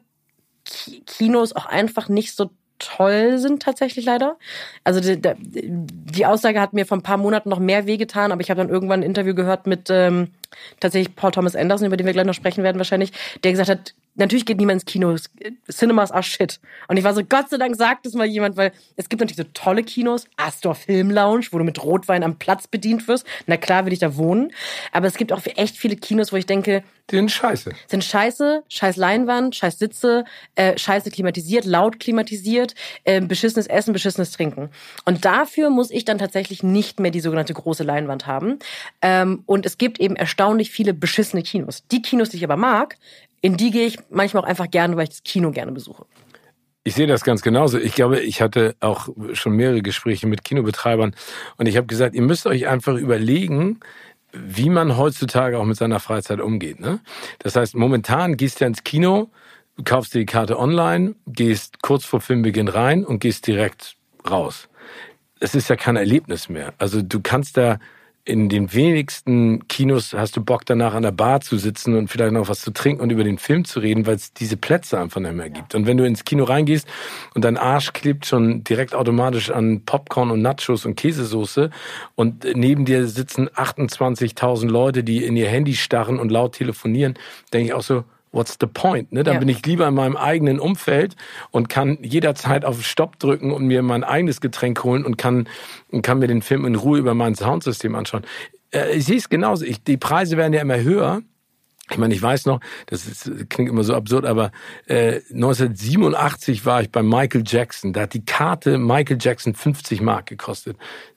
Kinos auch einfach nicht so toll sind tatsächlich leider. Also die, die Aussage hat mir vor ein paar Monaten noch mehr wehgetan, aber ich habe dann irgendwann ein Interview gehört mit ähm, tatsächlich Paul Thomas Anderson, über den wir gleich noch sprechen werden wahrscheinlich, der gesagt hat, natürlich geht niemand ins Kino, Cinemas are shit. Und ich war so, Gott sei Dank sagt es mal jemand, weil es gibt natürlich so tolle Kinos, Astor Film Lounge, wo du mit Rotwein am Platz bedient wirst. Na klar will ich da wohnen. Aber es gibt auch echt viele Kinos, wo ich denke, die sind scheiße. Sind scheiße, scheiß Leinwand, scheiß Sitze, äh, scheiße klimatisiert, laut klimatisiert, äh, beschissenes Essen, beschissenes Trinken. Und dafür muss ich dann tatsächlich nicht mehr die sogenannte große Leinwand haben. Ähm, und es gibt eben erstaunlich viele beschissene Kinos. Die Kinos, die ich aber mag, in die gehe ich manchmal auch einfach gerne, weil ich das Kino gerne besuche. Ich sehe das ganz genauso. Ich glaube, ich hatte auch schon mehrere Gespräche mit Kinobetreibern und ich habe gesagt, ihr müsst euch einfach überlegen, wie man heutzutage auch mit seiner Freizeit umgeht. Ne? Das heißt, momentan gehst du ins Kino, kaufst dir die Karte online, gehst kurz vor Filmbeginn rein und gehst direkt raus. Es ist ja kein Erlebnis mehr. Also du kannst da in den wenigsten Kinos hast du Bock danach an der Bar zu sitzen und vielleicht noch was zu trinken und über den Film zu reden, weil es diese Plätze einfach nicht mehr gibt. Und wenn du ins Kino reingehst und dein Arsch klebt schon direkt automatisch an Popcorn und Nachos und Käsesoße und neben dir sitzen achtundzwanzigtausend Leute, die in ihr Handy starren und laut telefonieren, denke ich auch so, what's the point? Ne? Dann ja. bin ich lieber in meinem eigenen Umfeld und kann jederzeit auf Stopp drücken und mir mein eigenes Getränk holen und kann, und kann mir den Film in Ruhe über mein Soundsystem anschauen. Äh, ich sehe es genauso. Ich, die Preise werden ja immer höher. Ich meine, ich weiß noch, das ist, klingt immer so absurd, aber äh, neunzehnhundertsiebenundachtzig war ich bei Michael Jackson. Da hat die Karte Michael Jackson fünfzig Mark gekostet.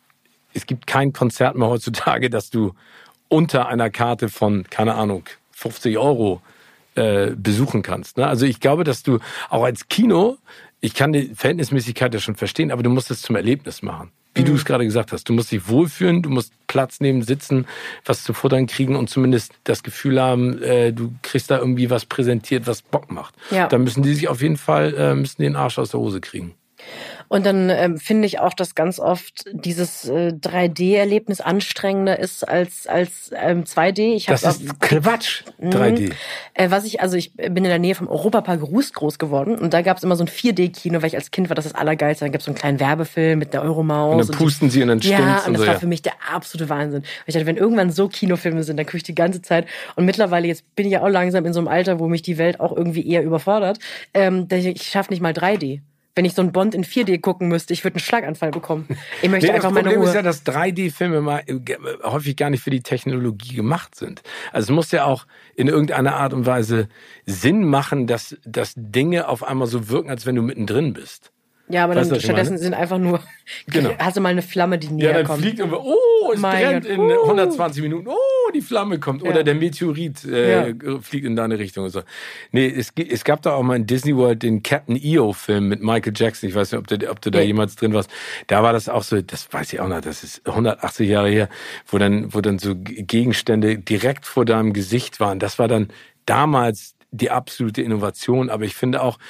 Es gibt kein Konzert mehr heutzutage, dass du unter einer Karte von, keine Ahnung, fünfzig Euro Äh, besuchen kannst. Ne? Also ich glaube, dass du auch als Kino, ich kann die Verhältnismäßigkeit ja schon verstehen, aber du musst es zum Erlebnis machen. Wie mhm. du es gerade gesagt hast. Du musst dich wohlfühlen, du musst Platz nehmen, sitzen, was zu futtern kriegen und zumindest das Gefühl haben, äh, du kriegst da irgendwie was präsentiert, was Bock macht. Ja. Da müssen die sich auf jeden Fall, äh, müssen den Arsch aus der Hose kriegen. Und dann ähm, finde ich auch, dass ganz oft dieses äh, drei D-Erlebnis anstrengender ist als als ähm, zwei D. Ich das ist auch, Quatsch, drei D. Äh, was ich, also ich bin in der Nähe vom Europapark Rust groß geworden und da gab es immer so ein vier D-Kino, weil ich als Kind war das das Allergeilste. Dann gab es so einen kleinen Werbefilm mit der Euromaus. Und dann pusten und sie und dann stimmt's. Ja, und, und das so, war ja. für mich der absolute Wahnsinn. Ich dachte, wenn irgendwann so Kinofilme sind, dann gucke ich die ganze Zeit. Und mittlerweile, jetzt bin ich ja auch langsam in so einem Alter, wo mich die Welt auch irgendwie eher überfordert. Ähm, ich schaffe nicht mal drei D. Wenn ich so einen Bond in vier D gucken müsste, ich würde einen Schlaganfall bekommen. Ich möchte nee, einfach meine Ruhe. Das Problem ist ja, dass drei D-Filme mal häufig gar nicht für die Technologie gemacht sind. Also es muss ja auch in irgendeiner Art und Weise Sinn machen, dass, dass Dinge auf einmal so wirken, als wenn du mittendrin bist. Ja, aber weißt dann stattdessen sind einfach nur, genau. Hast du mal eine Flamme, die näher kommt. Ja, dann kommt. Fliegt irgendwo, oh, es mein brennt Gott. in uh. hundertzwanzig Minuten, oh, die Flamme kommt. Ja. Oder der Meteorit äh, ja. fliegt in deine Richtung. Und so. Nee, es, es gab da auch mal in Disney World den Captain E O-Film mit Michael Jackson. Ich weiß nicht, ob du, ob du da ja. jemals drin warst. Da war das auch so, das weiß ich auch noch, das ist hundertachtzig Jahre her, wo dann, wo dann so Gegenstände direkt vor deinem Gesicht waren. Das war dann damals die absolute Innovation, aber ich finde auch,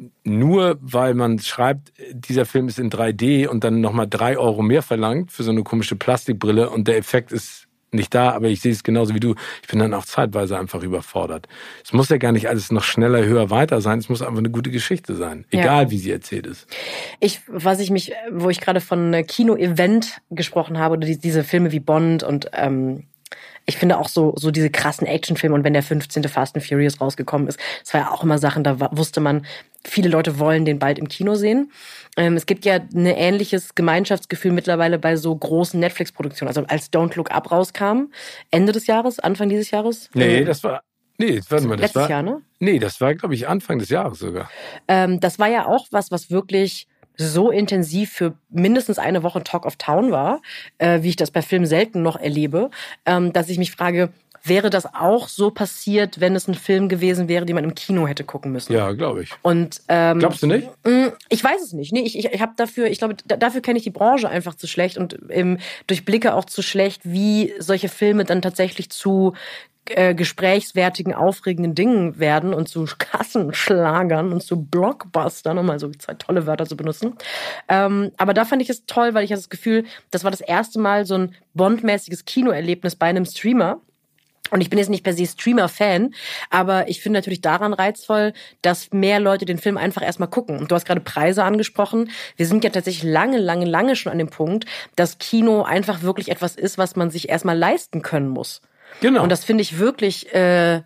nur weil man schreibt, dieser Film ist in drei D und dann nochmal drei Euro mehr verlangt für so eine komische Plastikbrille und der Effekt ist nicht da, aber ich sehe es genauso wie du. Ich bin dann auch zeitweise einfach überfordert. Es muss ja gar nicht alles noch schneller, höher, weiter sein. Es muss einfach eine gute Geschichte sein, egal ja. wie sie erzählt ist. Ich, was ich mich, wo ich gerade von Kino-Event gesprochen habe, oder die, diese Filme wie Bond und ähm, ich finde auch so so diese krassen Actionfilme, und wenn der fünfzehnte Fast and Furious rausgekommen ist, das war ja auch immer Sachen, da wusste man, viele Leute wollen den bald im Kino sehen. Ähm, es gibt ja ein ähnliches Gemeinschaftsgefühl mittlerweile bei so großen Netflix-Produktionen. Also als Don't Look Up rauskam, Ende des Jahres, Anfang dieses Jahres. Nee, äh, das war... Nee, warte mal, das letztes war... Jahr, ne? Nee, das war, glaube ich, Anfang des Jahres sogar. Ähm, das war ja auch was, was wirklich so intensiv für mindestens eine Woche Talk of Town war, äh, wie ich das bei Filmen selten noch erlebe, ähm, dass ich mich frage, wäre das auch so passiert, wenn es ein Film gewesen wäre, den man im Kino hätte gucken müssen? Ja, glaube ich. Und ähm, glaubst du nicht? Ich weiß es nicht. Nee, ich ich, ich habe dafür, ich glaube, da, dafür kenne ich die Branche einfach zu schlecht und ähm, durchblicke auch zu schlecht, wie solche Filme dann tatsächlich zu äh, gesprächswertigen, aufregenden Dingen werden und zu Kassenschlagern und zu Blockbustern, um mal so zwei tolle Wörter zu benutzen. Ähm, aber da fand ich es toll, weil ich hatte das Gefühl, das war das erste Mal so ein Bond-mäßiges Kinoerlebnis bei einem Streamer. Und ich bin jetzt nicht per se Streamer-Fan, aber ich finde natürlich daran reizvoll, dass mehr Leute den Film einfach erstmal gucken. Und du hast gerade Preise angesprochen. Wir sind ja tatsächlich lange, lange, lange schon an dem Punkt, dass Kino einfach wirklich etwas ist, was man sich erstmal leisten können muss. Genau. Und das finde ich wirklich äh,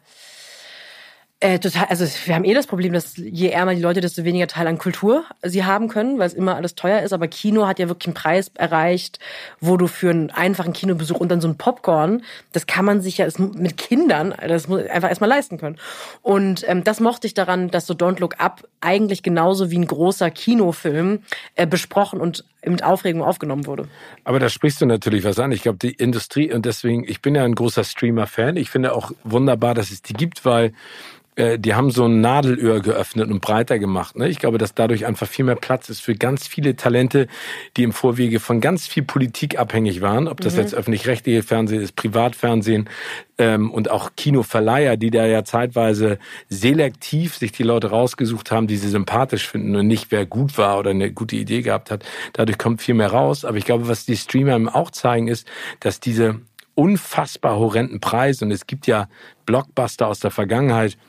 äh, total. Also wir haben eh das Problem, dass je ärmer die Leute, desto weniger Teil an Kultur sie haben können, weil es immer alles teuer ist. Aber Kino hat ja wirklich einen Preis erreicht, wo du für einen einfachen Kinobesuch und dann so ein Popcorn, das kann man sich ja das, mit Kindern, das muss einfach erstmal leisten können. Und ähm, das mochte ich daran, dass so Don't Look Up eigentlich genauso wie ein großer Kinofilm äh, besprochen und mit Aufregung aufgenommen wurde. Aber da sprichst du natürlich was an. Ich glaube, die Industrie, und deswegen, ich bin ja ein großer Streamer-Fan. Ich finde auch wunderbar, dass es die gibt, weil äh, die haben so ein Nadelöhr geöffnet und breiter gemacht. Ne? Ich glaube, dass dadurch einfach viel mehr Platz ist für ganz viele Talente, die im Vorwege von ganz viel Politik abhängig waren. Ob das mhm. jetzt öffentlich-rechtliche Fernsehen ist, Privatfernsehen ähm, und auch Kinoverleiher, die da ja zeitweise selektiv sich die Leute rausgesucht haben, die sie sympathisch finden und nicht, wer gut war oder eine gute Idee gehabt hat. Dadurch kommt viel mehr raus. Aber ich glaube, was die Streamer eben auch zeigen, ist, dass diese unfassbar horrenden Preise, und es gibt ja Blockbuster aus der Vergangenheit,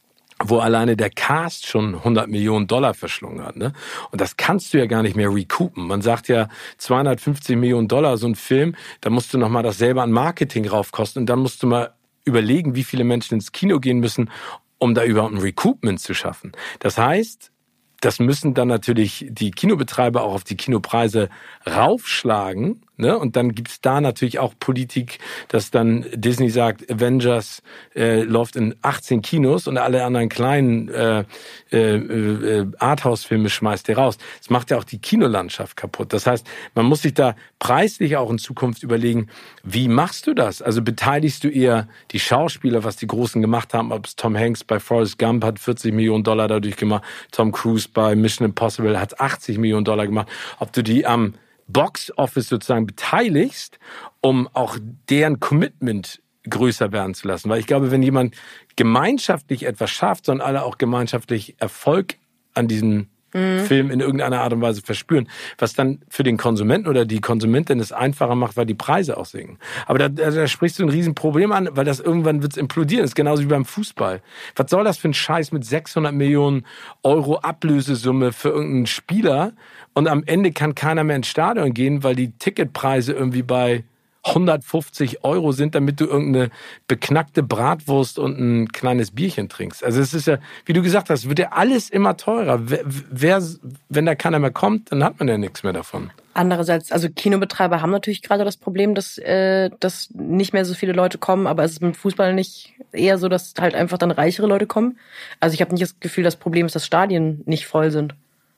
wo alleine der Cast schon hundert Millionen Dollar verschlungen hat. Ne? Und das kannst du ja gar nicht mehr recoupen. Man sagt ja zweihundertfünfzig Millionen Dollar so ein Film, da musst du nochmal dasselbe an Marketing raufkosten und dann musst du mal überlegen, wie viele Menschen ins Kino gehen müssen, um da überhaupt ein Recoupment zu schaffen. Das heißt, das müssen dann natürlich die Kinobetreiber auch auf die Kinopreise raufschlagen. Ne? Und dann gibt's da natürlich auch Politik, dass dann Disney sagt, Avengers äh, läuft in achtzehn Kinos und alle anderen kleinen äh, äh, äh, Arthouse-Filme schmeißt ihr raus. Das macht ja auch die Kinolandschaft kaputt. Das heißt, man muss sich da preislich auch in Zukunft überlegen, wie machst du das? Also beteiligst du eher die Schauspieler, was die Großen gemacht haben, ob es Tom Hanks bei Forrest Gump hat vierzig Millionen Dollar dadurch gemacht, Tom Cruise bei Mission Impossible hat achtzig Millionen Dollar gemacht, ob du die am Box-Office sozusagen beteiligst, um auch deren Commitment größer werden zu lassen. Weil ich glaube, wenn jemand gemeinschaftlich etwas schafft, sondern alle auch gemeinschaftlich Erfolg an diesem mhm. Film in irgendeiner Art und Weise verspüren, was dann für den Konsumenten oder die Konsumentin es einfacher macht, weil die Preise auch sinken. Aber da, da, da sprichst du ein Riesenproblem an, weil das irgendwann wird's implodieren. Das ist genauso wie beim Fußball. Was soll das für ein Scheiß mit sechshundert Millionen Euro Ablösesumme für irgendeinen Spieler? Und am Ende kann keiner mehr ins Stadion gehen, weil die Ticketpreise irgendwie bei hundertfünfzig Euro sind, damit du irgendeine beknackte Bratwurst und ein kleines Bierchen trinkst. Also es ist ja, wie du gesagt hast, wird ja alles immer teurer. Wer, wenn da keiner mehr kommt, dann hat man ja nichts mehr davon. Andererseits, also Kinobetreiber haben natürlich gerade das Problem, dass, äh, dass nicht mehr so viele Leute kommen, aber es ist mit Fußball nicht eher so, dass halt einfach dann reichere Leute kommen. Also ich habe nicht das Gefühl, das Problem ist, dass Stadien nicht voll sind.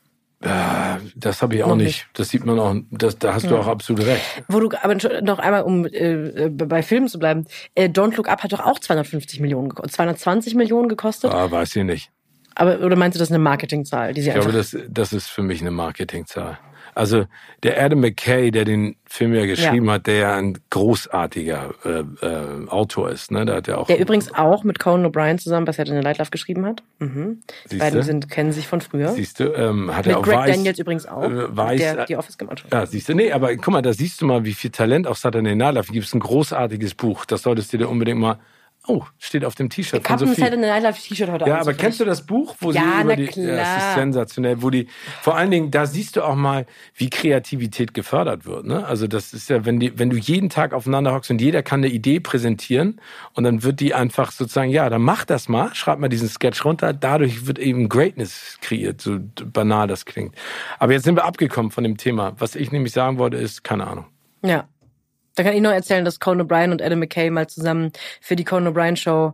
Das habe ich auch nicht. nicht. Das sieht man auch. Das, da hast ja. du auch absolut recht. Wo du aber noch einmal, um äh, bei Filmen zu bleiben, äh, Don't Look Up hat doch auch zweihundertfünfzig Millionen gekostet, zweihundertzwanzig Millionen gekostet. Ah, weiß ich nicht. Aber oder meinst du, das ist eine Marketingzahl, die sie Ich glaube, das, das ist für mich eine Marketingzahl. Also der Adam McKay, der den Film ja geschrieben Ja. hat, der ja ein großartiger äh, äh, Autor ist, ne? Der hat ja auch. Der übrigens auch mit Conan O'Brien zusammen bei Saturday Night Live geschrieben hat. Mhm. Die Siehste? beiden sind, kennen sich von früher. Siehst du, ähm, hat mit er auch Greg Weiß, Daniels übrigens auch, äh, Weiß, der die Office gemacht hat. Ja, siehst du, nee, aber guck mal, da siehst du mal, wie viel Talent auf Saturday Night Live. Da gibt es ein großartiges Buch, das solltest du dir unbedingt mal. Oh, steht auf dem T-Shirt Ich von habe ein Sophie. Saturday Night Live T-Shirt heute Ja, an, aber so kennst du vielleicht. das Buch, wo Ja, sie über na die, klar. ja, das ist sensationell, wo die, vor allen Dingen, da siehst du auch mal, wie Kreativität gefördert wird, ne? Also das ist ja, wenn die, wenn du jeden Tag aufeinander hockst und jeder kann eine Idee präsentieren und dann wird die einfach sozusagen, ja, dann mach das mal, schreib mal diesen Sketch runter, dadurch wird eben Greatness kreiert, so banal das klingt. Aber jetzt sind wir abgekommen von dem Thema. Was ich nämlich sagen wollte, ist, keine Ahnung. Ja. Da kann ich noch erzählen, dass Conan O'Brien und Adam McKay mal zusammen für die Conan O'Brien Show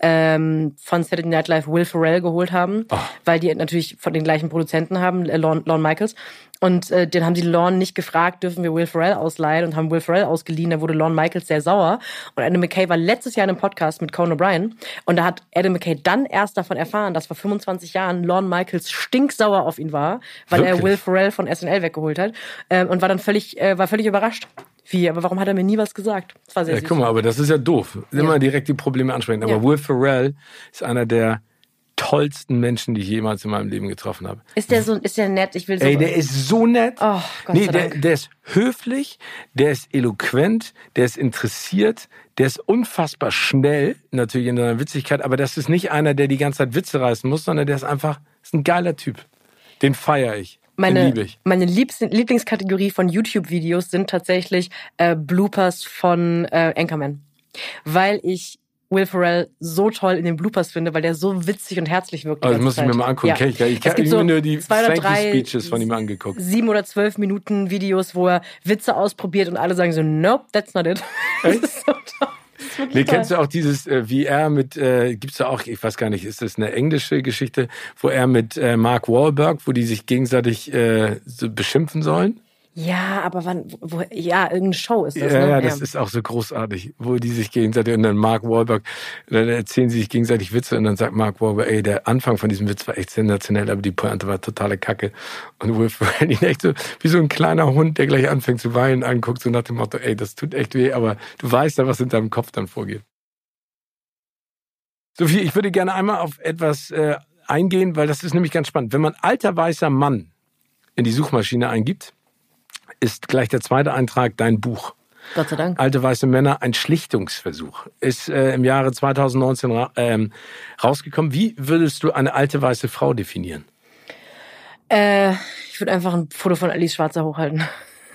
ähm, von Saturday Night Live Will Ferrell geholt haben, Oh. weil die natürlich von den gleichen Produzenten haben, äh, Lorne, Lorne Michaels. Und äh, den haben sie Lorne nicht gefragt, dürfen wir Will Ferrell ausleihen, und haben Will Ferrell ausgeliehen. Da wurde Lorne Michaels sehr sauer. Und Adam McKay war letztes Jahr in einem Podcast mit Conan O'Brien. Und da hat Adam McKay dann erst davon erfahren, dass vor fünfundzwanzig Jahren Lorne Michaels stinksauer auf ihn war, weil Wirklich? er Will Ferrell von S N L weggeholt hat. Ähm, und war dann völlig, äh, war völlig überrascht. Wie, aber warum hat er mir nie was gesagt? Das war sehr Ja, süß. guck mal, aber das ist ja doof. Immer direkt die Probleme ansprechen. Aber Ja. Will Ferrell ist einer der tollsten Menschen, die ich jemals in meinem Leben getroffen habe. Ist der so, ist der nett? Ich will so. Ey, der ist so nett. Oh, Gott nee, sei der, Dank. der ist höflich, der ist eloquent, der ist interessiert, der ist unfassbar schnell, natürlich in seiner Witzigkeit, aber das ist nicht einer, der die ganze Zeit Witze reißen muss, sondern der ist einfach, ist ein geiler Typ. Den feiere ich. Den Meine, liebe ich. meine Liebs Lieblingskategorie von YouTube-Videos sind tatsächlich äh, Bloopers von äh, Anchorman. Weil ich Will Ferrell so toll in den Bloopers finde, weil der so witzig und herzlich wirkt. die Also das ganze muss ich mir Zeit. mal angucken. Ja. Kenn ich, ich Es habe gibt immer so nur die zwei oder drei Speeches von ihm angeguckt. Sieben oder zwölf Minuten Videos, wo er Witze ausprobiert und alle sagen so, nope, that's not it. Das ist so toll. Nee, kennst du auch dieses, äh, wie er mit, äh, gibt's da auch, ich weiß gar nicht, ist das eine englische Geschichte, wo er mit äh, Mark Wahlberg, wo die sich gegenseitig äh, so beschimpfen sollen? Ja, aber wann, wo, ja, irgendeine Show ist das, Ja, ne? ja, das ist auch so großartig, wo die sich gegenseitig, und dann Mark Wahlberg, dann erzählen sie sich gegenseitig Witze und dann sagt Mark Wahlberg, ey, der Anfang von diesem Witz war echt sensationell, aber die Pointe war totale Kacke. Und Will Ferrell ihn echt so, wie so ein kleiner Hund, der gleich anfängt zu weinen, anguckt, so nach dem Motto, ey, das tut echt weh, aber du weißt ja, was in deinem Kopf dann vorgeht. Sophie, ich würde gerne einmal auf etwas äh, eingehen, weil das ist nämlich ganz spannend. Wenn man alter weißer Mann in die Suchmaschine eingibt, ist gleich der zweite Eintrag dein Buch. Gott sei Dank. Alte weiße Männer, ein Schlichtungsversuch. Ist äh, im Jahre zweitausendneunzehn ra ähm, rausgekommen. Wie würdest du eine alte weiße Frau definieren? Äh, ich würde einfach ein Foto von Alice Schwarzer hochhalten.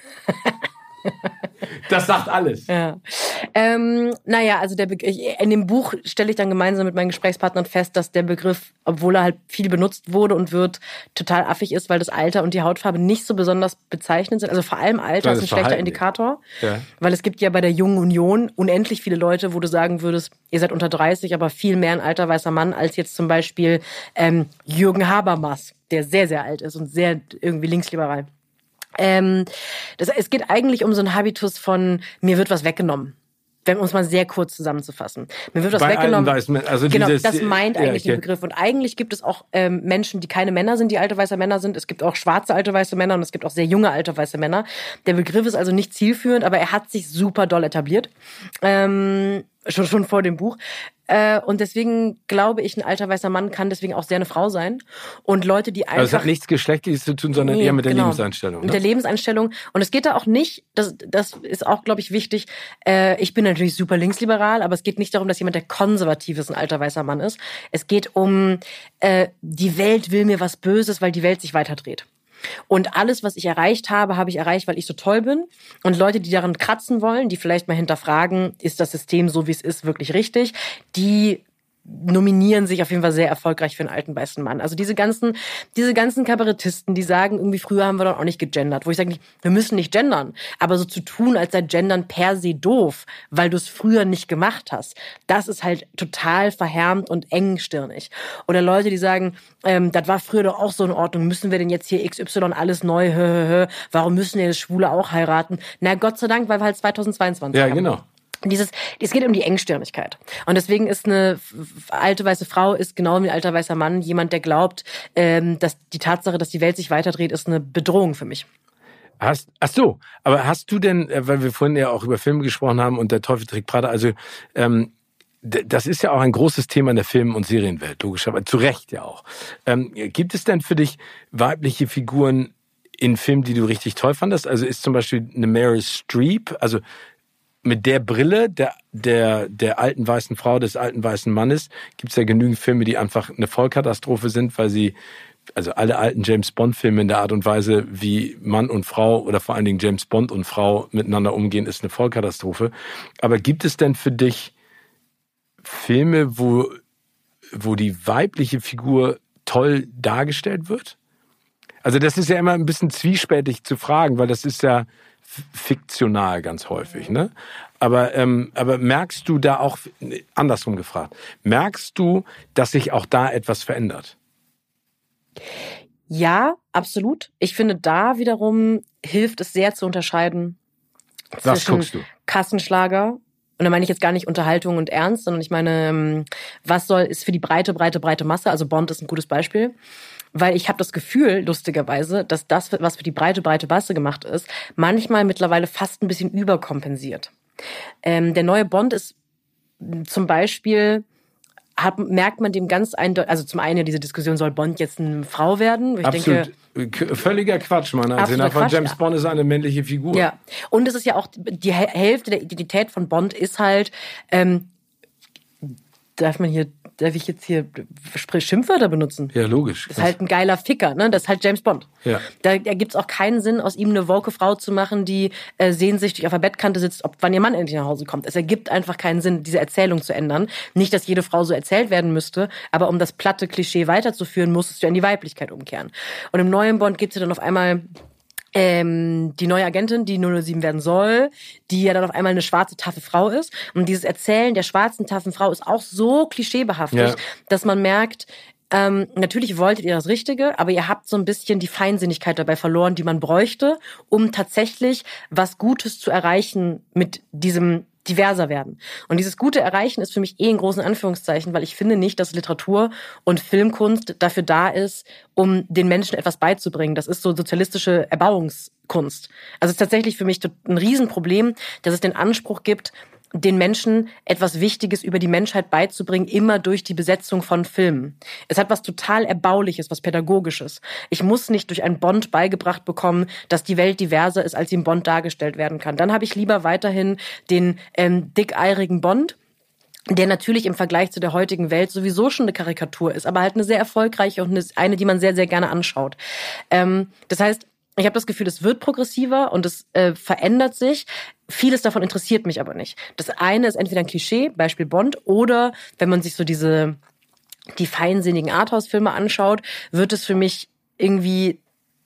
Das sagt alles. Ja. Ähm, naja, also der Be in dem Buch stelle ich dann gemeinsam mit meinen Gesprächspartnern fest, dass der Begriff, obwohl er halt viel benutzt wurde und wird, total affig ist, weil das Alter und die Hautfarbe nicht so besonders bezeichnend sind. Also vor allem Alter Weil ist ein das schlechter Verhalten Indikator. Ja. Weil es gibt ja bei der Jungen Union unendlich viele Leute, wo du sagen würdest, ihr seid unter dreißig, aber viel mehr ein alter weißer Mann als jetzt zum Beispiel ähm, Jürgen Habermas, der sehr, sehr alt ist und sehr irgendwie linksliberal. Ähm, das, es geht eigentlich um so einen Habitus von, mir wird was weggenommen. Wenn, um es mal sehr kurz zusammenzufassen. Mir wird was Bei weggenommen. alten weißen Männern, also genau, dieses- das meint ja, eigentlich okay. den Begriff. Und eigentlich gibt es auch ähm, Menschen, die keine Männer sind, die alte weiße Männer sind. Es gibt auch schwarze alte weiße Männer und es gibt auch sehr junge alte weiße Männer. Der Begriff ist also nicht zielführend, aber er hat sich super doll etabliert. Ähm, schon, schon vor dem Buch. Äh, und deswegen glaube ich, ein alter weißer Mann kann deswegen auch sehr eine Frau sein. Und Leute, die einfach... Also es hat nichts Geschlechtliches zu tun, sondern Nee, eher mit der genau. Lebenseinstellung. Mit Ne? der Lebenseinstellung. Und es geht da auch nicht, das, das ist auch, glaube ich, wichtig, äh, ich bin natürlich super linksliberal, aber es geht nicht darum, dass jemand, der konservativ ist, ein alter weißer Mann ist. Es geht um, äh, die Welt will mir was Böses, weil die Welt sich weiterdreht. Und alles, was ich erreicht habe, habe ich erreicht, weil ich so toll bin. Und Leute, die daran kratzen wollen, die vielleicht mal hinterfragen, ist das System so, wie es ist, wirklich richtig, die nominieren sich auf jeden Fall sehr erfolgreich für einen alten weißen Mann. Also diese ganzen, diese ganzen Kabarettisten, die sagen, irgendwie früher haben wir doch auch nicht gegendert. Wo ich sage, wir müssen nicht gendern. Aber so zu tun, als sei Gendern per se doof, weil du es früher nicht gemacht hast, das ist halt total verhärmt und engstirnig. Oder Leute, die sagen, ähm, das war früher doch auch so in Ordnung, müssen wir denn jetzt hier X Y alles neu, hö, hö, hö. Warum müssen wir jetzt Schwule auch heiraten? Na, Gott sei Dank, weil wir halt zweitausendzweiundzwanzig Ja, haben. genau. Dieses, es geht um die Engstirnigkeit. Und deswegen ist eine alte weiße Frau ist genau wie ein alter weißer Mann jemand, der glaubt, ähm, dass die Tatsache, dass die Welt sich weiterdreht, ist eine Bedrohung für mich. Hast, ach so, aber hast du denn, weil wir vorhin ja auch über Filme gesprochen haben und der Teufel trägt Prada, also ähm, das ist ja auch ein großes Thema in der Film- und Serienwelt, logischerweise, zu Recht ja auch. Ähm, gibt es denn für dich weibliche Figuren in Filmen, die du richtig toll fandest? Also ist zum Beispiel eine Meryl Streep, also mit der Brille der, der, der alten weißen Frau, des alten weißen Mannes, gibt es ja genügend Filme, die einfach eine Vollkatastrophe sind, weil sie, also alle alten James-Bond-Filme in der Art und Weise, wie Mann und Frau oder vor allen Dingen James Bond und Frau miteinander umgehen, ist eine Vollkatastrophe. Aber gibt es denn für dich Filme, wo, wo die weibliche Figur toll dargestellt wird? Also das ist ja immer ein bisschen zwiespältig zu fragen, weil das ist ja fiktional ganz häufig, ne? Aber, ähm, aber merkst du da auch, andersrum gefragt, merkst du, dass sich auch da etwas verändert? Ja, absolut. Ich finde, da wiederum hilft es sehr zu unterscheiden Was zwischen guckst du? Kassenschlager, und da meine ich jetzt gar nicht Unterhaltung und Ernst, sondern ich meine, was soll, ist für die breite, breite, breite Masse, also Bond ist ein gutes Beispiel, weil ich habe das Gefühl, lustigerweise, dass das, was für die breite, breite Masse gemacht ist, manchmal mittlerweile fast ein bisschen überkompensiert. Ähm, der neue Bond ist zum Beispiel... Hat, merkt man dem ganz eindeutig, also zum einen ja diese Diskussion, soll Bond jetzt eine Frau werden? Wo ich Absolut. denke, völliger Quatsch, meiner Ansicht nach, weil James Bond ist eine männliche Figur. Ja, und es ist ja auch, die Hälfte der Identität von Bond ist halt, ähm, darf man hier, darf ich jetzt hier Schimpfwörter benutzen? Ja, logisch. Das ist halt ein geiler Ficker, ne? Das ist halt James Bond. Ja. Da, da gibt's auch keinen Sinn, aus ihm eine woke Frau zu machen, die äh, sehnsüchtig auf der Bettkante sitzt, ob wann ihr Mann endlich nach Hause kommt. Es ergibt einfach keinen Sinn, diese Erzählung zu ändern. Nicht, dass jede Frau so erzählt werden müsste, aber um das platte Klischee weiterzuführen, musstest du in die Weiblichkeit umkehren. Und im neuen Bond gibt's ja dann auf einmal Ähm, die neue Agentin, die null null sieben werden soll, die ja dann auf einmal eine schwarze, taffe Frau ist. Und dieses Erzählen der schwarzen, taffen Frau ist auch so klischeebehaftet, ja, dass man merkt, ähm, natürlich wolltet ihr das Richtige, aber ihr habt so ein bisschen die Feinsinnigkeit dabei verloren, die man bräuchte, um tatsächlich was Gutes zu erreichen mit diesem diverser werden. Und dieses gute Erreichen ist für mich eh in großen Anführungszeichen, weil ich finde nicht, dass Literatur und Filmkunst dafür da ist, um den Menschen etwas beizubringen. Das ist so sozialistische Erbauungskunst. Also es ist tatsächlich für mich ein Riesenproblem, dass es den Anspruch gibt, den Menschen etwas Wichtiges über die Menschheit beizubringen, immer durch die Besetzung von Filmen. Es hat was total Erbauliches, was Pädagogisches. Ich muss nicht durch einen Bond beigebracht bekommen, dass die Welt diverser ist, als sie im Bond dargestellt werden kann. Dann habe ich lieber weiterhin den ähm, dickeirigen Bond, der natürlich im Vergleich zu der heutigen Welt sowieso schon eine Karikatur ist, aber halt eine sehr erfolgreiche und eine, die man sehr, sehr gerne anschaut. Ähm, das heißt, ich habe das Gefühl, es wird progressiver und es äh, verändert sich. Vieles davon interessiert mich aber nicht. Das eine ist entweder ein Klischee, Beispiel Bond, oder wenn man sich so diese die feinsinnigen Arthouse-Filme anschaut, wird es für mich irgendwie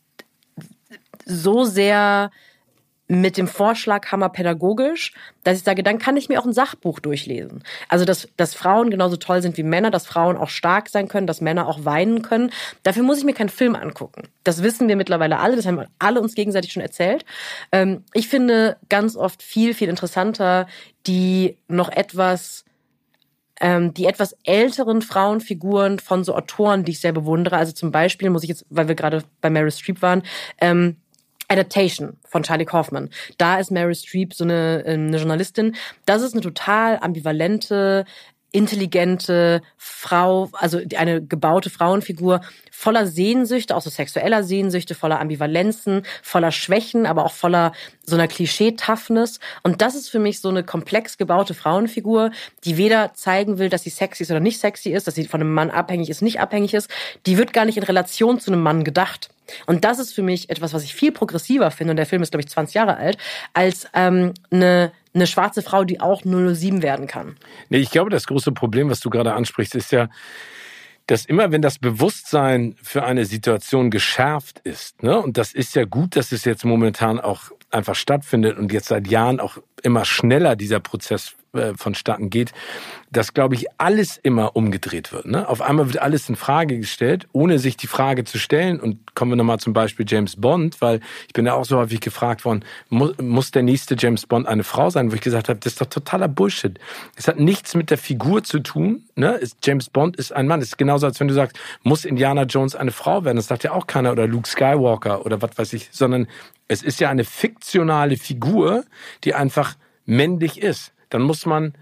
so sehr mit dem Vorschlaghammer pädagogisch, dass ich sage, dann kann ich mir auch ein Sachbuch durchlesen. Also, dass, dass Frauen genauso toll sind wie Männer, dass Frauen auch stark sein können, dass Männer auch weinen können. Dafür muss ich mir keinen Film angucken. Das wissen wir mittlerweile alle, das haben wir alle uns gegenseitig schon erzählt. Ähm, ich finde ganz oft viel, viel interessanter die noch etwas... Ähm, die etwas älteren Frauenfiguren von so Autoren, die ich sehr bewundere. Also zum Beispiel muss ich jetzt, weil wir gerade bei Meryl Streep waren, ähm, Adaptation von Charlie Kaufman. Da ist Meryl Streep so eine, eine Journalistin. Das ist eine total ambivalente, intelligente Frau, also eine gebaute Frauenfigur, voller Sehnsüchte, auch so sexueller Sehnsüchte, voller Ambivalenzen, voller Schwächen, aber auch voller so einer Klischee-Toughness. Und das ist für mich so eine komplex gebaute Frauenfigur, die weder zeigen will, dass sie sexy ist oder nicht sexy ist, dass sie von einem Mann abhängig ist, nicht abhängig ist. Die wird gar nicht in Relation zu einem Mann gedacht. Und das ist für mich etwas, was ich viel progressiver finde, und der Film ist, glaube ich, zwanzig Jahre alt, als ähm, eine eine schwarze Frau, die auch null null sieben werden kann. Nee, ich glaube, das große Problem, was du gerade ansprichst, ist ja, dass immer, wenn das Bewusstsein für eine Situation geschärft ist, ne, und das ist ja gut, dass es jetzt momentan auch einfach stattfindet und jetzt seit Jahren auch immer schneller dieser Prozess äh, vonstatten geht, dass, glaube ich, alles immer umgedreht wird. Ne? Auf einmal wird alles in Frage gestellt, ohne sich die Frage zu stellen. Und kommen wir nochmal zum Beispiel James Bond, weil ich bin ja auch so häufig gefragt worden, muss, muss der nächste James Bond eine Frau sein? Wo ich gesagt habe, das ist doch totaler Bullshit. Es hat nichts mit der Figur zu tun. Ne? James Bond ist ein Mann. Es ist genauso, als wenn du sagst, muss Indiana Jones eine Frau werden? Das sagt ja auch keiner. Oder Luke Skywalker oder was weiß ich. Sondern es ist ja eine fiktionale Figur, die einfach männlich ist. Dann muss man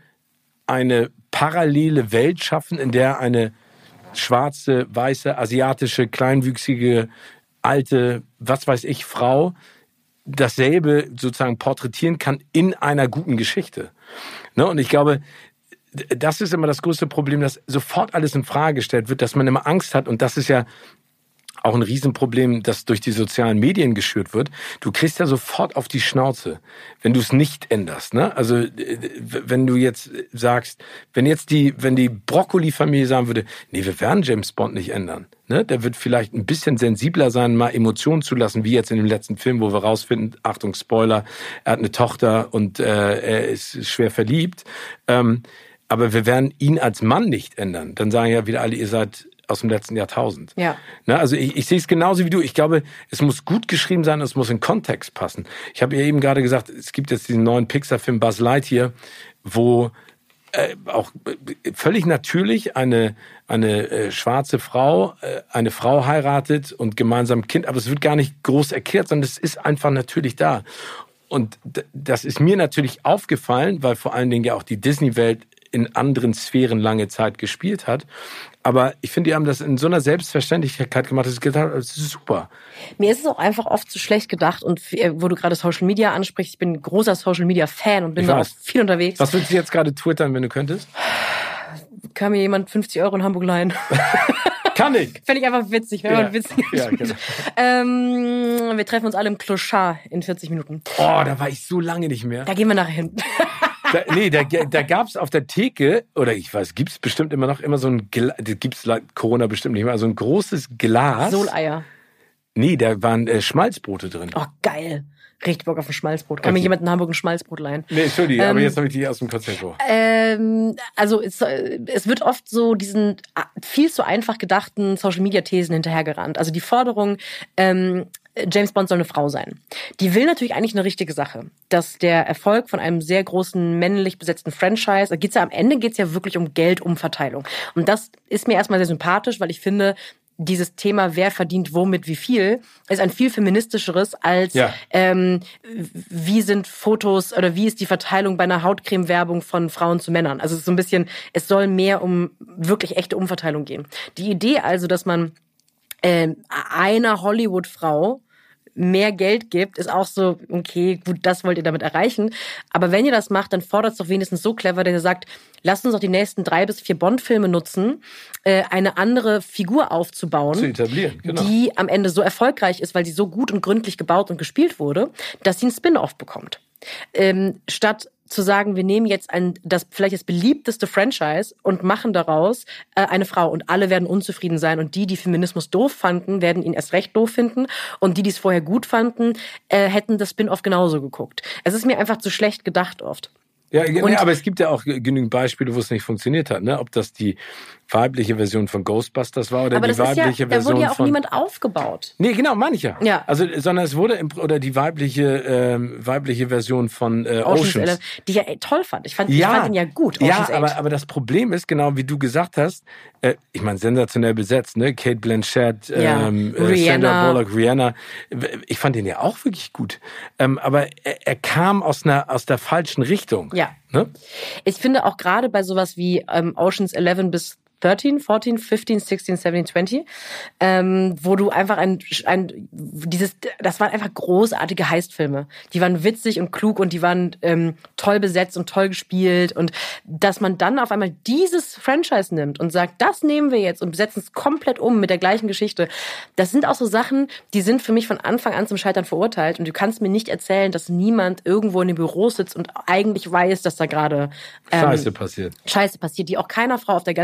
eine parallele Welt schaffen, in der eine schwarze, weiße, asiatische, kleinwüchsige, alte, was weiß ich, Frau dasselbe sozusagen porträtieren kann in einer guten Geschichte. Ne? Und ich glaube, das ist immer das größte Problem, dass sofort alles in Frage gestellt wird, dass man immer Angst hat. Und das ist ja auch ein Riesenproblem, das durch die sozialen Medien geschürt wird. Du kriegst ja sofort auf die Schnauze, wenn du es nicht änderst. Ne? Also wenn du jetzt sagst, wenn jetzt die, wenn die Brokkoli-Familie sagen würde, nee, wir werden James Bond nicht ändern. Ne? Der wird vielleicht ein bisschen sensibler sein, mal Emotionen zulassen, wie jetzt in dem letzten Film, wo wir rausfinden, Achtung, Spoiler, er hat eine Tochter und äh, er ist schwer verliebt. Ähm, aber wir werden ihn als Mann nicht ändern. Dann sagen ja wieder alle, ihr seid aus dem letzten Jahrtausend. Ja. Na, also ich, ich sehe es genauso wie du. Ich glaube, es muss gut geschrieben sein, es muss in Kontext passen. Ich habe ja eben gerade gesagt, es gibt jetzt diesen neuen Pixar-Film Buzz Lightyear, wo äh, auch völlig natürlich eine eine äh, schwarze Frau äh, eine Frau heiratet und gemeinsam ein Kind, aber es wird gar nicht groß erklärt, sondern es ist einfach natürlich da. Und d- das ist mir natürlich aufgefallen, weil vor allen Dingen ja auch die Disney-Welt in anderen Sphären lange Zeit gespielt hat. Aber ich finde, die haben das in so einer Selbstverständlichkeit gemacht, dass ich gedacht habe, das ist super. Mir ist es auch einfach oft zu schlecht gedacht. Und wo du gerade Social Media ansprichst, ich bin ein großer Social Media Fan und bin da auch viel unterwegs. Was würdest du jetzt gerade twittern, wenn du könntest? Kann mir jemand fünfzig Euro in Hamburg leihen? Kann ich. Fände ich einfach witzig. Wenn Ja. man witzig Ja, genau. ähm, wir treffen uns alle im Clochard in vierzig Minuten. Oh, da war ich so lange nicht mehr. Da gehen wir nachher hin. Da, nee, da, da gab's auf der Theke, oder ich weiß, gibt's bestimmt immer noch, immer so ein, Gla- das gibt's laut Corona bestimmt nicht mehr, so ein großes Glas. Soleier. Nee, da waren äh, Schmalzbrote drin. Oh, geil. Richtig Bock auf ein Schmalzbrot. Kann Okay. mir jemand in Hamburg ein Schmalzbrot leihen? Nee, Entschuldige, aber Ähm, jetzt habe ich dich aus dem Konzept vor. Ähm, also es, es wird oft so diesen viel zu einfach gedachten Social-Media-Thesen hinterhergerannt. Also die Forderung, ähm, James Bond soll eine Frau sein. Die will natürlich eigentlich eine richtige Sache. Dass der Erfolg von einem sehr großen männlich besetzten Franchise, da geht's ja am Ende geht's ja wirklich um Geldumverteilung. Und das ist mir erstmal sehr sympathisch, weil ich finde, dieses Thema, wer verdient womit wie viel, ist ein viel feministischeres als Ja. ähm, wie sind Fotos oder wie ist die Verteilung bei einer Hautcreme-Werbung von Frauen zu Männern. Also es ist so ein bisschen, es soll mehr um wirklich echte Umverteilung gehen. Die Idee also, dass man ähm, einer Hollywood-Frau mehr Geld gibt, ist auch so, okay, gut, das wollt ihr damit erreichen. Aber wenn ihr das macht, dann fordert es doch wenigstens so clever, dass ihr sagt, lasst uns doch die nächsten drei bis vier Bond-Filme nutzen, äh, eine andere Figur aufzubauen, Zu etablieren, genau. die am Ende so erfolgreich ist, weil sie so gut und gründlich gebaut und gespielt wurde, dass sie einen Spin-off bekommt. Ähm, statt zu sagen, wir nehmen jetzt ein, das vielleicht das beliebteste Franchise und machen daraus äh, eine Frau und alle werden unzufrieden sein und die, die Feminismus doof fanden, werden ihn erst recht doof finden und die, die es vorher gut fanden, äh, hätten das Spin-off genauso geguckt. Es ist mir einfach zu schlecht gedacht oft. Ja, nee, Und- aber es gibt ja auch genügend Beispiele, wo es nicht funktioniert hat, ne? Ob das die weibliche Version von Ghostbusters war oder Aber die das ist ja, weibliche da Version wurde ja auch von niemand aufgebaut. Nee, genau, meine ich ja. Ja. Also, sondern es wurde im, oder die weibliche ähm, weibliche Version von äh, Ocean's Oceans. Eleven, die ich ja toll fand. Ich fand, ich fand ihn ja gut. Ja, Ocean's aber, Eight. aber das Problem ist, genau wie du gesagt hast, äh, ich meine, sensationell besetzt, ne? Kate Blanchett, Ja. ähm, äh, Rihanna. Sandra Bullock, Rihanna. Ich fand den ja auch wirklich gut. Ähm, aber er, er kam aus einer aus der falschen Richtung. Ja. Ne? Ich finde auch gerade bei sowas wie ähm, Ocean's Eleven bis dreizehn, vierzehn, fünfzehn, sechzehn, siebzehn, zwanzig, ähm, wo du einfach ein, ein dieses, das waren einfach großartige Heistfilme. Die waren witzig und klug und die waren ähm, toll besetzt und toll gespielt und dass man dann auf einmal dieses Franchise nimmt und sagt, das nehmen wir jetzt und besetzen es komplett um mit der gleichen Geschichte. Das sind auch so Sachen, die sind für mich von Anfang an zum Scheitern verurteilt und du kannst mir nicht erzählen, dass niemand irgendwo in dem Büro sitzt und eigentlich weiß, dass da gerade ähm, Scheiße passiert. Scheiße passiert, die auch keiner Frau auf der ganzen Welt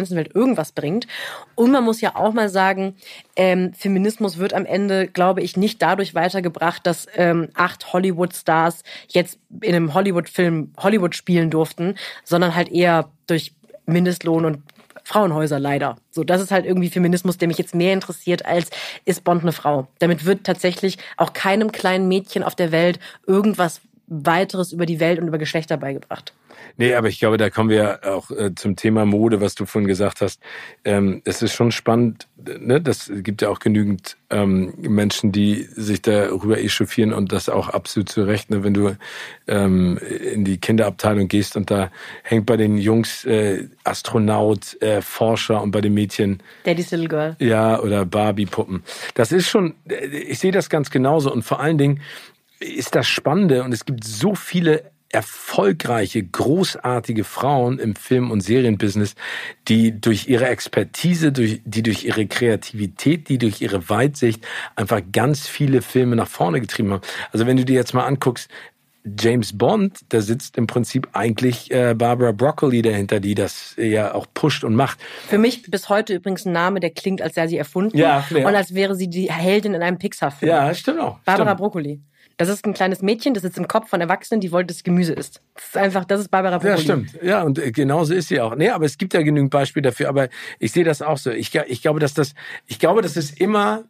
irgendwas bringt. Und man muss ja auch mal sagen, ähm, Feminismus wird am Ende, glaube ich, nicht dadurch weitergebracht, dass ähm, acht Hollywood-Stars jetzt in einem Hollywood-Film Hollywood spielen durften, sondern halt eher durch Mindestlohn und Frauenhäuser leider. So, das ist halt irgendwie Feminismus, der mich jetzt mehr interessiert als ist Bond eine Frau. Damit wird tatsächlich auch keinem kleinen Mädchen auf der Welt irgendwas weiteres über die Welt und über Geschlechter beigebracht. Nee, aber ich glaube, da kommen wir auch äh, zum Thema Mode, was du vorhin gesagt hast. Ähm, es ist schon spannend, ne? Das gibt ja auch genügend ähm, Menschen, die sich darüber echauffieren und das auch absolut zu Recht. Ne? Wenn du ähm, in die Kinderabteilung gehst und da hängt bei den Jungs äh, Astronaut, äh, Forscher und bei den Mädchen Daddy's Little Girl. Ja, oder Barbie-Puppen. Das ist schon, ich sehe das ganz genauso und vor allen Dingen ist das Spannende und es gibt so viele erfolgreiche, großartige Frauen im Film- und Serienbusiness, die durch ihre Expertise, durch, die durch ihre Kreativität, die durch ihre Weitsicht einfach ganz viele Filme nach vorne getrieben haben. Also wenn du dir jetzt mal anguckst, James Bond, da sitzt im Prinzip eigentlich äh, Barbara Broccoli dahinter, die das ja auch pusht und macht. Für mich bis heute übrigens ein Name, der klingt, als sei sie erfunden ja, ja. und als wäre sie die Heldin in einem Pixar-Film. Ja, stimmt auch. Barbara stimmt. Broccoli. Das ist ein kleines Mädchen, das sitzt im Kopf von Erwachsenen, die wollte, dass Gemüse isst. Das ist einfach, das ist Barbara Broccoli. Ja, stimmt. Ja, und genauso ist sie auch. Nee, aber es gibt ja genügend Beispiele dafür, aber ich sehe das auch so. Ich, ich glaube, dass das, ich glaube, das ist immer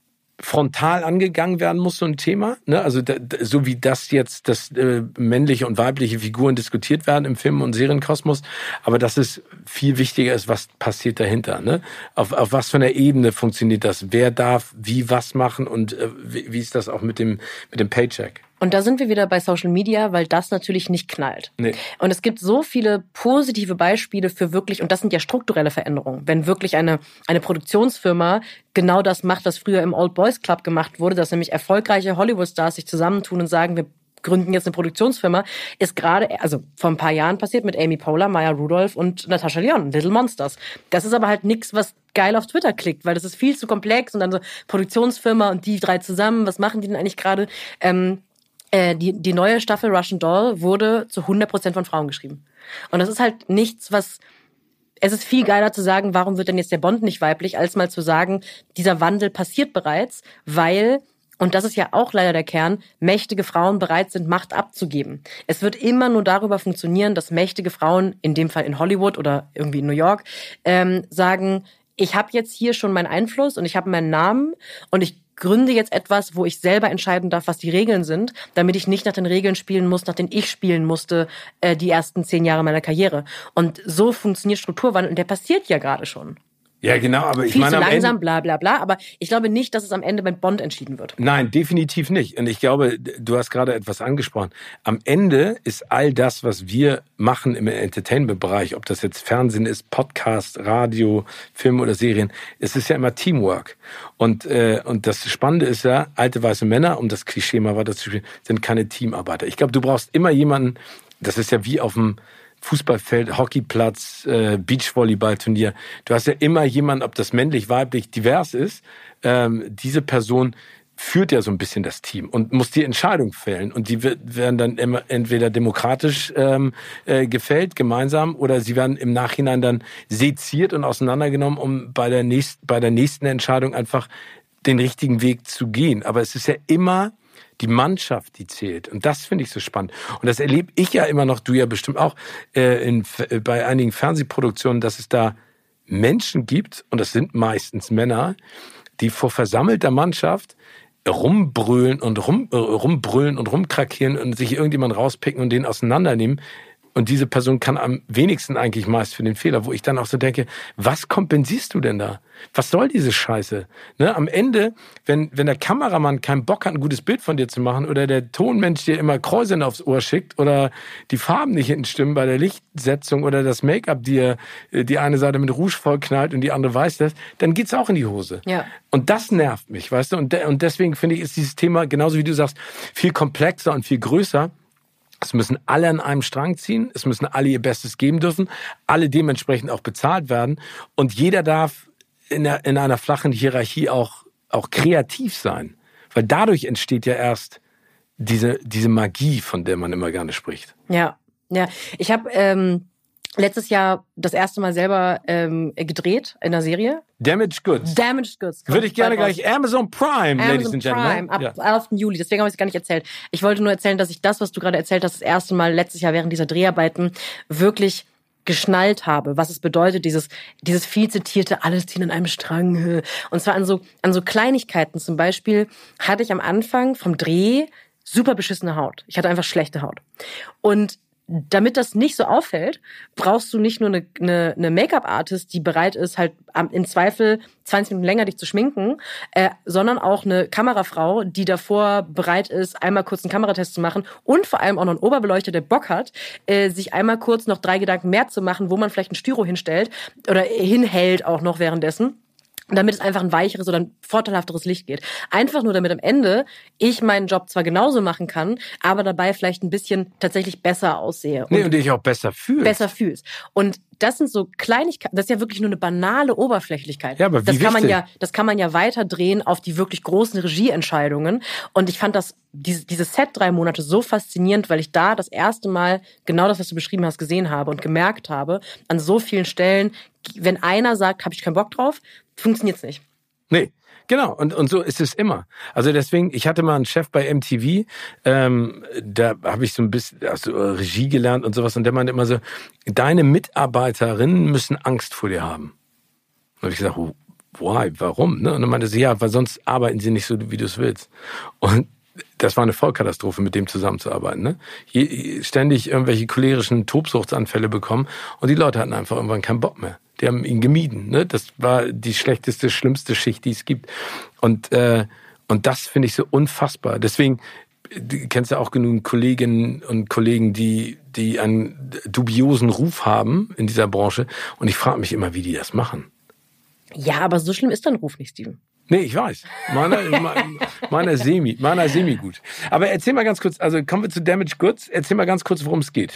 frontal angegangen werden muss, so ein Thema. Ne? Also da, so wie das jetzt, dass äh, männliche und weibliche Figuren diskutiert werden im Film- und Serienkosmos, aber dass es viel wichtiger ist, was passiert dahinter. Ne? Auf, auf was für einer Ebene funktioniert das? Wer darf wie was machen und äh, wie, wie ist das auch mit dem, mit dem Paycheck? Und da sind wir wieder bei Social Media, weil das natürlich nicht knallt. Nee. Und es gibt so viele positive Beispiele für wirklich, und das sind ja strukturelle Veränderungen, wenn wirklich eine, eine Produktionsfirma genau das macht, was früher im Old Boys Club gemacht wurde, dass nämlich erfolgreiche Hollywood-Stars sich zusammentun und sagen, wir gründen jetzt eine Produktionsfirma, ist gerade, also vor ein paar Jahren passiert mit Amy Poehler, Maya Rudolph und Natasha Lyonne, Little Monsters. Das ist aber halt nichts, was geil auf Twitter klickt, weil das ist viel zu komplex und dann so Produktionsfirma und die drei zusammen, was machen die denn eigentlich gerade? Ähm, Die, die neue Staffel Russian Doll wurde zu hundert Prozent von Frauen geschrieben. Und das ist halt nichts, was... Es ist viel geiler zu sagen, warum wird denn jetzt der Bond nicht weiblich, als mal zu sagen, dieser Wandel passiert bereits, weil, und das ist ja auch leider der Kern, mächtige Frauen bereit sind, Macht abzugeben. Es wird immer nur darüber funktionieren, dass mächtige Frauen, in dem Fall in Hollywood oder irgendwie in New York, ähm, sagen, ich habe jetzt hier schon meinen Einfluss und ich habe meinen Namen und ich gründe jetzt etwas, wo ich selber entscheiden darf, was die Regeln sind, damit ich nicht nach den Regeln spielen muss, nach denen ich spielen musste, äh, die ersten zehn Jahre meiner Karriere. Und so funktioniert Strukturwandel und der passiert ja gerade schon. Ja, genau, aber ich Viel meine zu am langsam, Ende, bla bla bla, aber ich glaube nicht, dass es am Ende mit Bond entschieden wird. Nein, definitiv nicht. Und ich glaube, du hast gerade etwas angesprochen. Am Ende ist all das, was wir machen im Entertainment-Bereich, ob das jetzt Fernsehen ist, Podcast, Radio, Film oder Serien, es ist ja immer Teamwork. Und äh, und das Spannende ist ja, alte weiße Männer, um das Klischee mal weiterzuspielen, sind keine Teamarbeiter. Ich glaube, du brauchst immer jemanden, das ist ja wie auf dem Fußballfeld, Hockeyplatz, äh, Beachvolleyballturnier. Du hast ja immer jemanden, ob das männlich, weiblich, divers ist. Ähm, diese Person führt ja so ein bisschen das Team und muss die Entscheidung fällen. Und die werden dann immer entweder demokratisch ähm, äh, gefällt, gemeinsam, oder sie werden im Nachhinein dann seziert und auseinandergenommen, um bei der nächsten, bei der nächsten Entscheidung einfach den richtigen Weg zu gehen. Aber es ist ja immer die Mannschaft, die zählt. Und das finde ich so spannend. Und das erlebe ich ja immer noch, du ja bestimmt auch, äh, in, bei einigen Fernsehproduktionen, dass es da Menschen gibt, und das sind meistens Männer, die vor versammelter Mannschaft rumbrüllen und rum, äh, rumbrüllen und rumkrakieren und sich irgendjemand rauspicken und den auseinandernehmen. Und diese Person kann am wenigsten eigentlich meist für den Fehler, wo ich dann auch so denke, was kompensierst du denn da? Was soll diese Scheiße? Ne? Am Ende, wenn, wenn der Kameramann keinen Bock hat, ein gutes Bild von dir zu machen, oder der Tonmensch dir immer Kräuseln aufs Ohr schickt, oder die Farben nicht hinten stimmen bei der Lichtsetzung, oder das Make-up dir die eine Seite mit Rouge vollknallt und die andere weiß das, dann geht's auch in die Hose. Ja. Und das nervt mich, weißt du? Und, de- und deswegen finde ich, ist dieses Thema, genauso wie du sagst, viel komplexer und viel größer. Es müssen alle an einem Strang ziehen, es müssen alle ihr Bestes geben dürfen, alle dementsprechend auch bezahlt werden, und jeder darf in, der, in einer flachen Hierarchie auch, auch kreativ sein, weil dadurch entsteht ja erst diese, diese Magie, von der man immer gerne spricht. Ja, ja. Ich habe ähm, letztes Jahr das erste Mal selber ähm, gedreht in der Serie. Damaged Goods. Damaged Goods. Würde ich gerne gleich Amazon Prime, Amazon Ladies and Gentlemen. Prime, ab Ja. elften Juli. Deswegen habe ich es gar nicht erzählt. Ich wollte nur erzählen, dass ich das, was du gerade erzählt hast, das erste Mal letztes Jahr während dieser Dreharbeiten wirklich geschnallt habe, was es bedeutet, dieses dieses viel zitierte alles ziehen an einem Strang. Und zwar an so an so Kleinigkeiten. Zum Beispiel hatte ich am Anfang vom Dreh super beschissene Haut. Ich hatte einfach schlechte Haut. Und damit das nicht so auffällt, brauchst du nicht nur eine, eine, eine Make-up-Artist, die bereit ist, halt im Zweifel zwanzig Minuten länger dich zu schminken, äh, sondern auch eine Kamerafrau, die davor bereit ist, einmal kurz einen Kameratest zu machen und vor allem auch noch einen Oberbeleuchter, der Bock hat, äh, sich einmal kurz noch drei Gedanken mehr zu machen, wo man vielleicht ein Styro hinstellt oder hinhält auch noch währenddessen. Damit es einfach ein weicheres oder ein vorteilhafteres Licht geht. Einfach nur, damit am Ende ich meinen Job zwar genauso machen kann, aber dabei vielleicht ein bisschen tatsächlich besser aussehe. Nee, und dich auch besser fühlst. Besser fühlst. Und das sind so Kleinigkeiten, das ist ja wirklich nur eine banale Oberflächlichkeit. Ja, aber wie das kann man wichtig. ja, das kann man ja weiterdrehen auf die wirklich großen Regieentscheidungen. Und ich fand das, diese, dieses Set drei Monate so faszinierend, weil ich da das erste Mal genau das, was du beschrieben hast, gesehen habe und gemerkt habe, an so vielen Stellen, wenn einer sagt, habe ich keinen Bock drauf, funktioniert's nicht. Nee. Genau, und, und so ist es immer. Also deswegen, ich hatte mal einen Chef bei M T V, ähm, da habe ich so ein bisschen also Regie gelernt und sowas, und der meinte immer so, deine Mitarbeiterinnen müssen Angst vor dir haben. Und habe ich gesagt, why, warum? Ne? Und dann meinte sie, ja, weil sonst arbeiten sie nicht so, wie du es willst. Und das war eine Vollkatastrophe, mit dem zusammenzuarbeiten. Ne? Je, ständig irgendwelche cholerischen Tobsuchtsanfälle bekommen und die Leute hatten einfach irgendwann keinen Bock mehr. Die haben ihn gemieden. Ne? Das war die schlechteste, schlimmste Schicht, die es gibt. Und, äh, und das finde ich so unfassbar. Deswegen, du kennst ja auch genug Kolleginnen und Kollegen, die, die einen dubiosen Ruf haben in dieser Branche. Und ich frage mich immer, wie die das machen. Ja, aber so schlimm ist dein Ruf nicht, Steven. Nee, ich weiß. Meiner, meiner semi, meiner semi gut. Aber erzähl mal ganz kurz, also kommen wir zu Damaged Goods. Erzähl mal ganz kurz, worum es geht.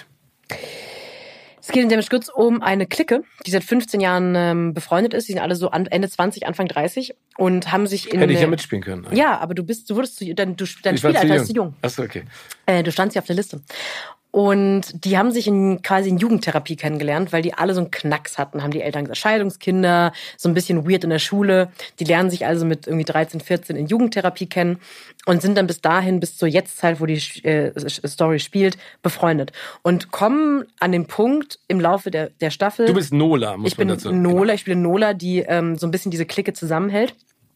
Es geht in Damaged Goods um eine Clique, die seit fünfzehn Jahren ähm, befreundet ist. Die sind alle so Ende zwanzig, Anfang dreißig und haben sich in... Hätte ich ja mitspielen können. Eigentlich. Ja, aber du bist, du wurdest zu, dein, du, dein Ich war Spielalter zu ist zu jung. Achso, okay. Äh, du standst ja auf der Liste. Und die haben sich in quasi in Jugendtherapie kennengelernt, weil die alle so einen Knacks hatten, haben die Eltern gesagt, Scheidungskinder, so ein bisschen weird in der Schule. Die lernen sich also mit irgendwie dreizehn, vierzehn in Jugendtherapie kennen und sind dann bis dahin, bis zur Jetztzeit, wo die äh, Story spielt, befreundet. Und kommen an den Punkt im Laufe der, der Staffel... Du bist Nola, muss ich man bin dazu Nola, ich spiele Nola, die ähm, so ein bisschen diese Clique zusammenhält.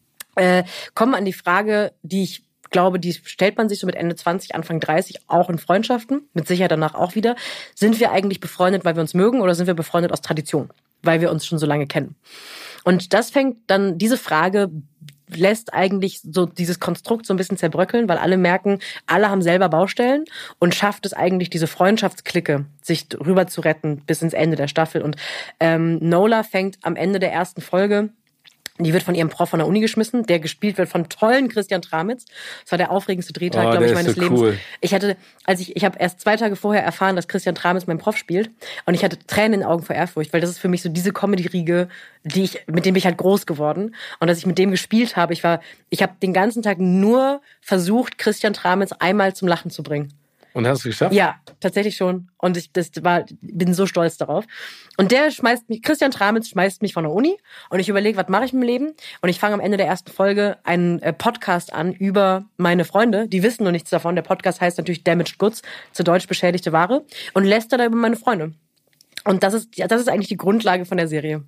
Äh, kommen an die Frage, die ich glaube, die stellt man sich so mit Ende zwanzig, Anfang dreißig auch in Freundschaften, mit Sicherheit danach auch wieder. Sind wir eigentlich befreundet, weil wir uns mögen, oder sind wir befreundet aus Tradition, weil wir uns schon so lange kennen? Und das fängt dann, diese Frage lässt eigentlich so dieses Konstrukt so ein bisschen zerbröckeln, weil alle merken, alle haben selber Baustellen und schafft es eigentlich, diese Freundschaftsklicke sich rüber zu retten bis ins Ende der Staffel. Und ähm, Nola fängt am Ende der ersten Folge, die wird von ihrem Prof von der Uni geschmissen, der gespielt wird von tollen Christian Tramitz. Das war der aufregendste Drehtag, Oh, glaube ich, der ist meines so Lebens. cool. Ich hatte, als ich, ich habe erst zwei Tage vorher erfahren, dass Christian Tramitz mein Prof spielt, und ich hatte Tränen in den Augen vor Ehrfurcht, weil das ist für mich so diese Comedy-Riege, die ich, mit dem bin ich halt groß geworden, und dass ich mit dem gespielt habe. Ich war, ich habe den ganzen Tag nur versucht, Christian Tramitz einmal zum Lachen zu bringen. Und hast du es geschafft? Ja, tatsächlich schon. Und ich das war, bin so stolz darauf. Und der schmeißt mich, Christian Tramitz schmeißt mich von der Uni, und ich überlege, was mache ich im Leben? Und ich fange am Ende der ersten Folge einen äh, Podcast an über meine Freunde. Die wissen noch nichts davon. Der Podcast heißt natürlich Damaged Goods, zu Deutsch beschädigte Ware, und lästert da über meine Freunde. Und das ist, das ist eigentlich die Grundlage von der Serie.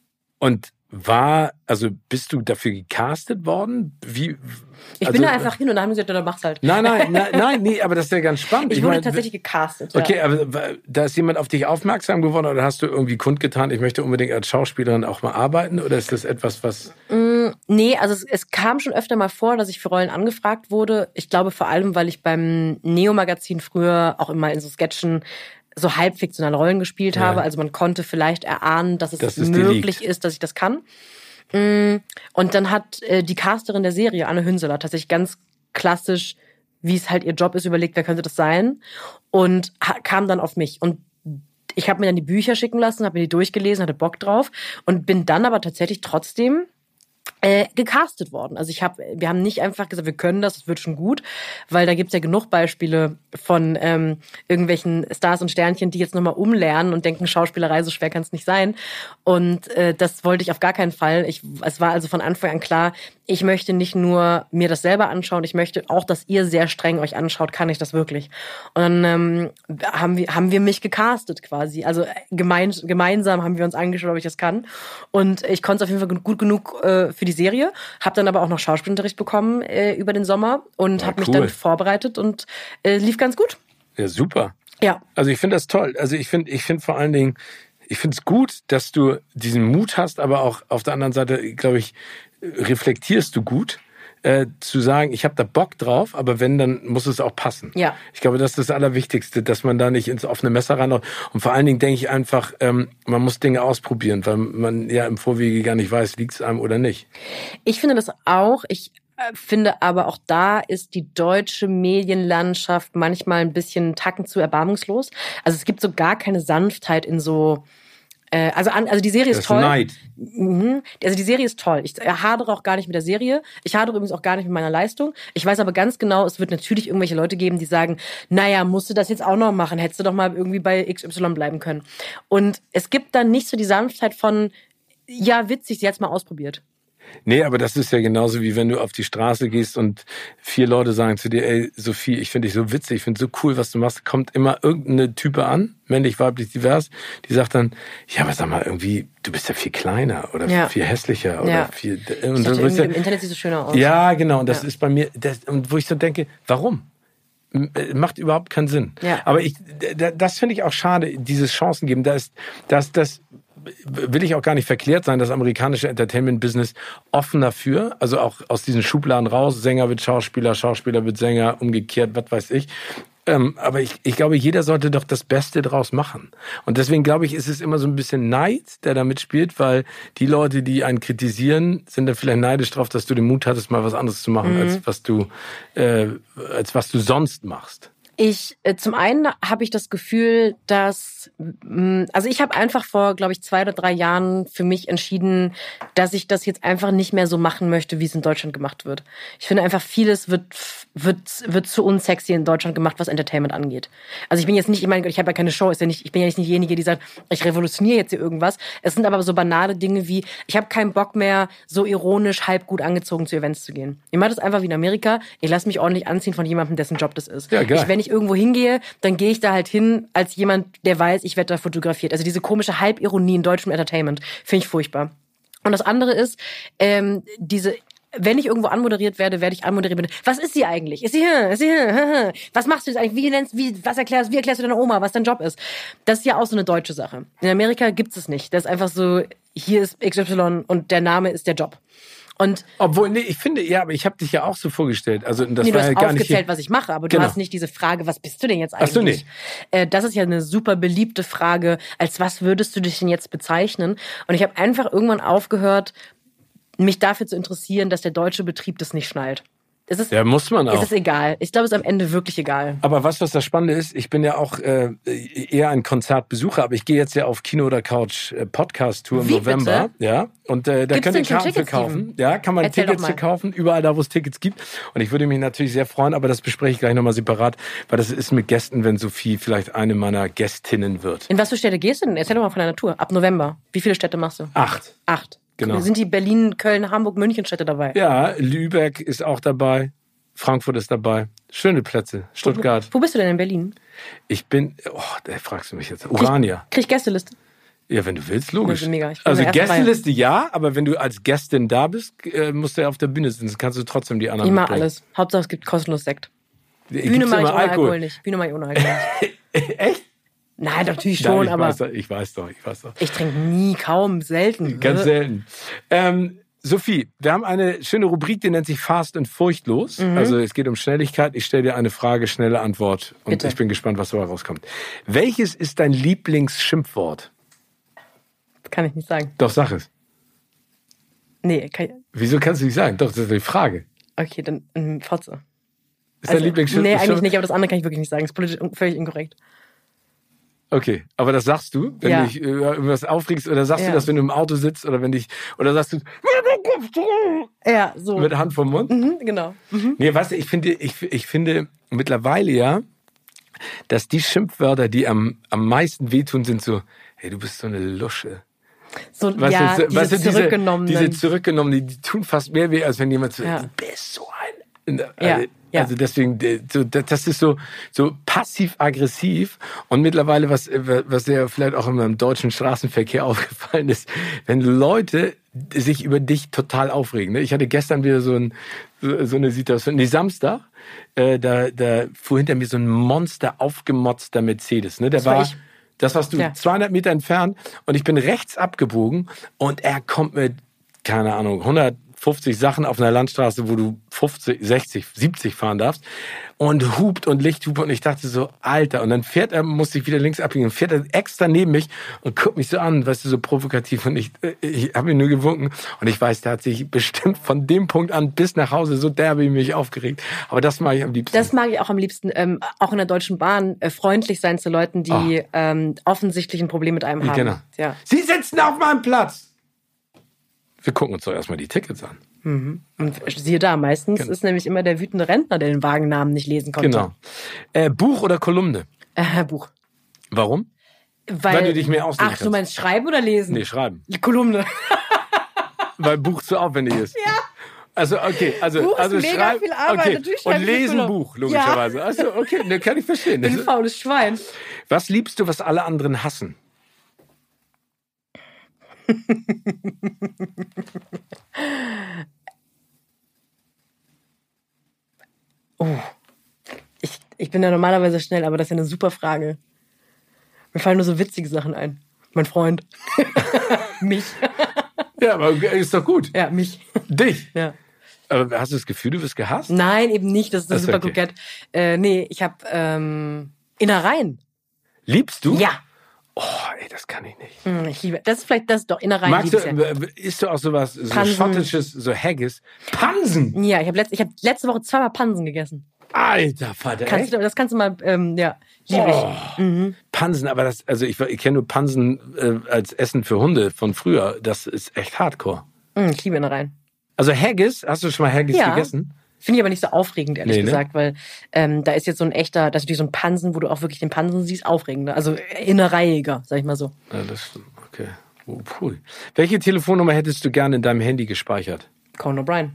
Und war, also bist du dafür gecastet worden? Wie? Ich also, bin da einfach hin, und dann haben sie gesagt, ja, dann mach's halt. Nein, nein, nein, nein, nee, aber das ist ja ganz spannend. Ich, Ich wurde mein, tatsächlich gecastet. Okay, ja. aber da ist jemand auf dich aufmerksam geworden, oder hast du irgendwie kundgetan, ich möchte unbedingt als Schauspielerin auch mal arbeiten, oder ist das etwas, was... Mm, nee, also es, es kam schon öfter mal vor, dass ich für Rollen angefragt wurde. Ich glaube vor allem, weil ich beim Neo-Magazin früher auch immer in so Sketchen so halbfiktionale Rollen gespielt Ja. habe. Also man konnte vielleicht erahnen, dass es Dass es dir möglich liegt. ist, dass ich das kann. Mm, Und dann hat äh, die Casterin der Serie, Anne Hünseler, tatsächlich ganz klassisch, wie es halt ihr Job ist, überlegt, wer könnte das sein, und ha- kam dann auf mich. Und ich habe mir dann die Bücher schicken lassen, habe mir die durchgelesen, hatte Bock drauf und bin dann aber tatsächlich trotzdem Äh, gecastet worden. Also ich habe, wir haben nicht einfach gesagt, wir können das, es wird schon gut, weil da gibt's ja genug Beispiele von ähm, irgendwelchen Stars und Sternchen, die jetzt nochmal umlernen und denken, Schauspielerei, so schwer kann es nicht sein. Und äh, das wollte ich auf gar keinen Fall. Ich, es war also von Anfang an klar, ich möchte nicht nur mir das selber anschauen, ich möchte auch, dass ihr sehr streng euch anschaut, kann ich das wirklich. Und dann ähm, haben wir haben wir mich gecastet quasi. Also gemein, gemeinsam haben wir uns angeschaut, ob ich das kann. Und ich konnte es auf jeden Fall gut genug äh, für die Serie, habe dann aber auch noch Schauspielunterricht bekommen äh, über den Sommer und ja, habe mich cool. dann vorbereitet und äh, lief ganz gut. Ja, super. Ja. Also ich finde das toll. Also ich finde ich finde vor allen Dingen, ich finde es gut, dass du diesen Mut hast, aber auch auf der anderen Seite, glaube ich, reflektierst du gut, äh, zu sagen, ich habe da Bock drauf, aber wenn, dann muss es auch passen. Ja. Ich glaube, das ist das Allerwichtigste, dass man da nicht ins offene Messer reinhaut. Und vor allen Dingen denke ich einfach, ähm, man muss Dinge ausprobieren, weil man ja im Vorwege gar nicht weiß, liegt es einem oder nicht. Ich finde das auch. Ich finde aber auch da ist die deutsche Medienlandschaft manchmal ein bisschen einen Tacken zu erbarmungslos. Also es gibt so gar keine Sanftheit in so äh, also an, also die Serie ist das toll. Neid. Mhm. Also die Serie ist toll. Ich hadere auch gar nicht mit der Serie. Ich hadere übrigens auch gar nicht mit meiner Leistung. Ich weiß aber ganz genau, es wird natürlich irgendwelche Leute geben, die sagen, naja, musst du das jetzt auch noch machen? Hättest du doch mal irgendwie bei X Y bleiben können. Und es gibt dann nicht so die Sanftheit von, ja, witzig, sie hat's mal ausprobiert. Nee, aber das ist ja genauso, wie wenn du auf die Straße gehst und vier Leute sagen zu dir, ey, Sophie, ich finde dich so witzig, ich finde so cool, was du machst. Kommt immer irgendeine Type an, männlich, weiblich, divers, die sagt dann, ja, aber sag mal, irgendwie, du bist ja viel kleiner oder ja. viel hässlicher oder ja. viel... Und dann dachte, ja, im Internet sieht es schöner aus. Ja, genau, und das ja. ist bei mir, das, und wo ich so denke, warum? Macht überhaupt keinen Sinn. Ja. Aber ich, das finde ich auch schade, dieses Chancen geben. Da ist, das, das will ich auch gar nicht verklärt sein, das amerikanische Entertainment-Business offen dafür, also auch aus diesen Schubladen raus, Sänger wird Schauspieler, Schauspieler wird Sänger, umgekehrt, was weiß ich. Ähm, aber ich, ich glaube, jeder sollte doch das Beste draus machen. Und deswegen glaube ich, ist es immer so ein bisschen Neid, der da mitspielt, weil die Leute, die einen kritisieren, sind dann vielleicht neidisch drauf, dass du den Mut hattest, mal was anderes zu machen, mhm. als was du, äh, als was du sonst machst. Ich, äh, zum einen habe ich das Gefühl, dass, mh, also ich habe einfach vor, glaube ich, zwei oder drei Jahren für mich entschieden, dass ich das jetzt einfach nicht mehr so machen möchte, wie es in Deutschland gemacht wird. Ich finde einfach, vieles wird wird wird zu unsexy in Deutschland gemacht, was Entertainment angeht. Also ich bin jetzt nicht, ich meine, ich habe ja keine Show, ist ja nicht, ich bin ja nicht diejenige, die sagt, ich revolutioniere jetzt hier irgendwas. Es sind aber so banale Dinge wie, ich habe keinen Bock mehr, so ironisch, halb gut angezogen zu Events zu gehen. Ich mache das einfach wie in Amerika. Ich lasse mich ordentlich anziehen von jemandem, dessen Job das ist. Ja, geil. Ich, wenn ich irgendwo hingehe, dann gehe ich da halt hin als jemand, der weiß, ich werde da fotografiert. Also diese komische Halbironie in deutschem Entertainment finde ich furchtbar. Und das andere ist, ähm, diese wenn ich irgendwo anmoderiert werde, werde ich anmoderiert mit, was ist sie eigentlich? Ist sie hier? Ist sie hier? Was machst du jetzt eigentlich? Wie nennst, wie, was erklärst, wie erklärst du deiner Oma, was dein Job ist? Das ist ja auch so eine deutsche Sache. In Amerika gibt's es nicht. Das ist einfach so, hier ist X Y und der Name ist der Job. Und obwohl, nee, ich finde, ja, aber ich habe dich ja auch so vorgestellt. Also das nee, war du hast ja gar aufgezählt, nicht was ich mache, aber genau. du hast nicht diese Frage, was bist du denn jetzt eigentlich? Ach so, nee. Äh, das ist ja eine super beliebte Frage, als was würdest du dich denn jetzt bezeichnen? Und ich habe einfach irgendwann aufgehört, mich dafür zu interessieren, dass der deutsche Betrieb das nicht schnallt. Es ist, ja, muss man auch. Es ist egal. Ich glaube, es ist am Ende wirklich egal. Aber weißt du, was das Spannende ist? Ich bin ja auch äh, eher ein Konzertbesucher, aber ich gehe jetzt ja auf Kino oder Couch äh, Podcast-Tour im Wie, November. bitte? Ja. Und äh, da Gibt's könnt ihr denn schon Karten für Tickets kaufen. geben? Ja, kann man Erzähl Tickets doch für mal. kaufen, überall da, wo es Tickets gibt. Und ich würde mich natürlich sehr freuen, aber das bespreche ich gleich nochmal separat, weil das ist mit Gästen, wenn Sophie vielleicht eine meiner Gästinnen wird. In was für Städte gehst du denn? Erzähl doch mal von deiner Tour. Ab November. Wie viele Städte machst du? Acht. Acht. Genau. Sind die Berlin, Köln, Hamburg, München Städte dabei? Ja, Lübeck ist auch dabei. Frankfurt ist dabei. Schöne Plätze. Stuttgart. Wo, wo bist du denn in Berlin? Ich bin, oh, da fragst du mich jetzt. Urania. Krieg ich Gästeliste? Ja, wenn du willst, logisch. Das ist mega. Ich bin Also in der ersten Gästeliste ja, aber wenn du als Gästin da bist, äh, musst du ja auf der Bühne sitzen. Kannst du trotzdem die anderen Ich mach mitbringen. alles. Hauptsache es gibt kostenlos Sekt. Gibt's Bühne mache ich immer ohne Alkohol? Alkohol nicht. Bühne mache ich ohne Alkohol nicht. Echt? Nein, natürlich schon, Nein, ich aber weiß doch, ich weiß doch, ich weiß doch. ich trinke nie, kaum, selten. Ganz selten. Ähm, Sophie, wir haben eine schöne Rubrik, die nennt sich Fast und Furchtlos. Mhm. Also es geht um Schnelligkeit. Ich stelle dir eine Frage, schnelle Antwort. Und Bitte. Ich bin gespannt, was dabei rauskommt. Welches ist dein Lieblingsschimpfwort? Kann ich nicht sagen. Doch, sag es. Nee, kann ich, Wieso kannst du nicht sagen? Doch, das ist die Frage. okay, dann ähm, Fotze. Ist Also, dein Lieblingsschimpfwort? Nee, eigentlich nicht, aber das andere kann ich wirklich nicht sagen. Das ist politisch un- völlig inkorrekt. Okay, aber das sagst du, wenn Ja. du dich über irgendwas aufregst, oder sagst Ja. du das, wenn du im Auto sitzt, oder wenn dich, oder sagst du, Ja, so. Mit Hand vom Mund? Mhm, genau. Mhm. Nee, weißt du, ich finde, ich, ich finde mittlerweile ja, dass die Schimpfwörter, die am, am meisten wehtun, sind so, hey, du bist so eine Lusche. So, Weißt ja, du, diese weißt du, diese, zurückgenommenen. diese zurückgenommenen, die tun fast mehr weh, als wenn jemand so, Ja. du bist so ein... Ja, Also, ja. also deswegen, so, das ist so, so passiv-aggressiv. Und mittlerweile, was, was dir vielleicht auch im deutschen Straßenverkehr aufgefallen ist, wenn Leute sich über dich total aufregen. Ne? Ich hatte gestern wieder so, ein, so, so eine Situation, nee, Samstag, äh, da, da fuhr hinter mir so ein Monster aufgemotzter Mercedes. Ne? Der Das war war... ich. Das warst du, Ja. zweihundert Meter entfernt, und ich bin rechts abgebogen und er kommt mit, keine Ahnung, hundertfünfzig Sachen auf einer Landstraße, wo du fünfzig, sechzig, siebzig fahren darfst, und hupt und Lichthupe, und ich dachte so, Alter, und dann fährt er, musste ich wieder links abbiegen, und fährt er extra neben mich und guckt mich so an, weißt du, so provokativ, und ich, ich habe ihn nur gewunken, und ich weiß, der hat sich bestimmt von dem Punkt an bis nach Hause so derbe mich aufgeregt, aber das mag ich am liebsten. Das mag ich auch am liebsten, ähm, auch in der Deutschen Bahn, äh, freundlich sein zu Leuten, die Oh. ähm, offensichtlich ein Problem mit einem haben. Genau. Ja. Sie sitzen auf meinem Platz! Wir gucken uns doch erstmal die Tickets an. Und siehe da, meistens Genau. ist nämlich immer der wütende Rentner, der den Wagennamen nicht lesen konnte. Genau. Äh, Buch oder Kolumne? Äh, Buch. Warum? Weil, Weil du dich mehr ausdenken Ach, du kannst. meinst schreiben oder lesen? Nee, schreiben. Die Kolumne. Weil Buch zu aufwendig ist. Ja. Also, okay, also, Buch ist also mega schreib, viel Arbeit, okay. natürlich schreibe Und ich eine lesen Kolumne. Buch, logischerweise. Also, okay, ne, kann ich verstehen. Ich bin ein faules Schwein. Was liebst du, was alle anderen hassen? Oh. Ich, ich bin ja normalerweise schnell, aber das ist ja eine super Frage. Mir fallen nur so witzige Sachen ein. Mein Freund. Mich. Ja, aber ist doch gut. Ja, mich. Dich. Ja. Aber hast du das Gefühl, du wirst gehasst? Nein, eben nicht. Das ist Das ist super okay. kokett. Äh, nee, ich habe ähm, Innereien. Liebst du? Ja. Oh, ey, das kann ich nicht. Hm, Ich liebe. Das ist vielleicht das doch Innereien. Magst du, liebe ich ja. äh, isst du auch sowas, so Pansen. schottisches, so Haggis? Pansen! Ja, ich habe letzt, ich hab letzte Woche zweimal Pansen gegessen. Alter Vater, Kannst echt? du, das kannst du mal, ähm, ja, liebe ich. Oh, Pansen, aber das, also ich, ich kenne nur Pansen äh, als Essen für Hunde von früher. Das ist echt hardcore. Hm, ich liebe Innereien. Also Haggis, hast du schon mal Haggis Ja. gegessen? Finde ich aber nicht so aufregend, ehrlich Nee, ne? gesagt, weil ähm, da ist jetzt so ein echter, das ist wie so ein Pansen, wo du auch wirklich den Pansen siehst, aufregender. Also innereiiger, sag ich mal so. Ja, das stimmt. Okay. Oh, cool. Welche Telefonnummer hättest du gerne in deinem Handy gespeichert? Conan O'Brien.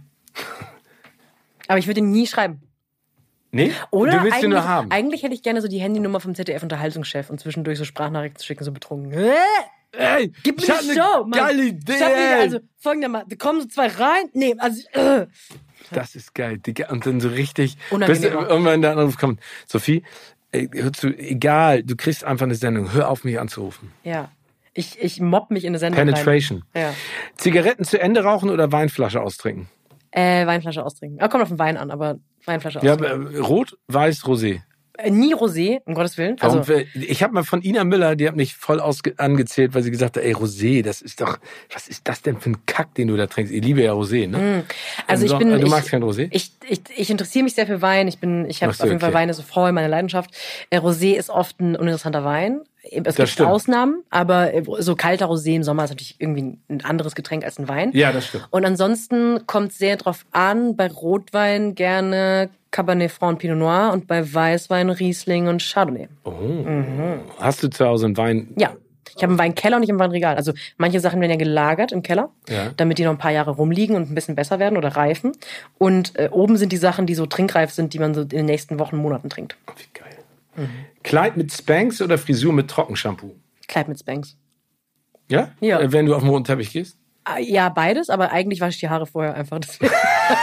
Aber ich würde ihn nie schreiben. Nee? Oder du willst ihn eigentlich, nur haben. eigentlich hätte ich gerne so die Handynummer vom Z D F-Unterhaltungschef und zwischendurch so Sprachnachrichten zu schicken, so betrunken. Äh, Ey, Gib mir ich hab die eine Show, Mann. geile Idee. Ich hab mir, also folgendermaßen, da kommen so zwei rein. Nee, also äh. Das ist geil, Digga. Und dann so richtig, bis Unangenehm. irgendwann der Anruf kommt. Sophie, ey, hör zu, egal, du kriegst einfach eine Sendung. Hör auf, mich anzurufen. Ja. Ich, ich mobb mich in eine Sendung Penetration. rein. Ja. Zigaretten zu Ende rauchen oder Weinflasche austrinken? Äh, Weinflasche austrinken. Ah, kommt auf den Wein an, aber Weinflasche Ja, austrinken. äh, rot, weiß, Rosé. Äh, nie Rosé, um Gottes Willen. Warum, Also, ich habe mal von Ina Müller, die hat mich voll ausge- angezählt, weil sie gesagt hat, ey, Rosé, das ist doch, was ist das denn für ein Kack, den du da trinkst? Ich liebe ja Rosé, ne? also ich so, bin, Du ich, magst kein Rosé? Ich, ich, ich interessiere mich sehr für Wein. Ich bin, ich habe Ach so, auf jeden Fall okay. Wein ist so voll meine Leidenschaft. Äh, Rosé ist oft ein uninteressanter Wein. Es gibt stimmt. Ausnahmen, aber äh, so kalter Rosé im Sommer ist natürlich irgendwie ein anderes Getränk als ein Wein. Ja, das stimmt. Und ansonsten kommt sehr drauf an, bei Rotwein gerne Cabernet Franc und Pinot Noir und bei Weißwein Riesling und Chardonnay. Oh. Hast du zu Hause einen Wein? Ja. Ich habe einen Weinkeller und ich habe einen Weinregal. Also manche Sachen werden ja gelagert im Keller, Ja. damit die noch ein paar Jahre rumliegen und ein bisschen besser werden oder reifen. Und äh, oben sind die Sachen, die so trinkreif sind, die man so in den nächsten Wochen, Monaten trinkt. Oh, wie geil. Kleid mit Spanks oder Frisur mit Trockenshampoo? Kleid mit Spanks. Ja? Ja. Äh, Wenn du auf den roten Teppich gehst? Ah, ja, beides, aber eigentlich wasche ich die Haare vorher einfach. Deswegen.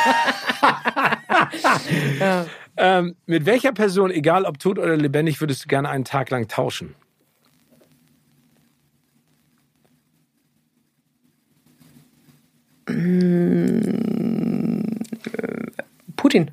ja. Ähm, mit welcher Person, egal ob tot oder lebendig, würdest du gerne einen Tag lang tauschen? Putin.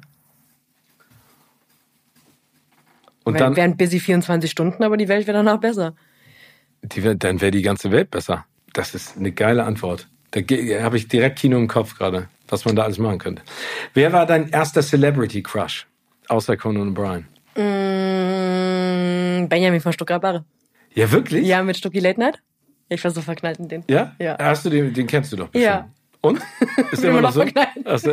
Und Wär- dann, Wären busy vierundzwanzig Stunden, aber die Welt wäre danach besser. die, wär- dann wäre die ganze Welt besser. Das ist eine geile Antwort. Da ge- habe ich direkt Kino im Kopf gerade, was man da alles machen könnte. Wer war dein erster Celebrity-Crush? Außer Conan O'Brien. Mm, Benjamin von Stuttgart-Barre. Ja, wirklich? Ja, mit Stucki Late Night. Ich war so verknallt in den. Ja? Ja. Hast du den, den kennst du doch bestimmt. Ja. Und? Ist Will immer man noch noch so? verknallen. Also,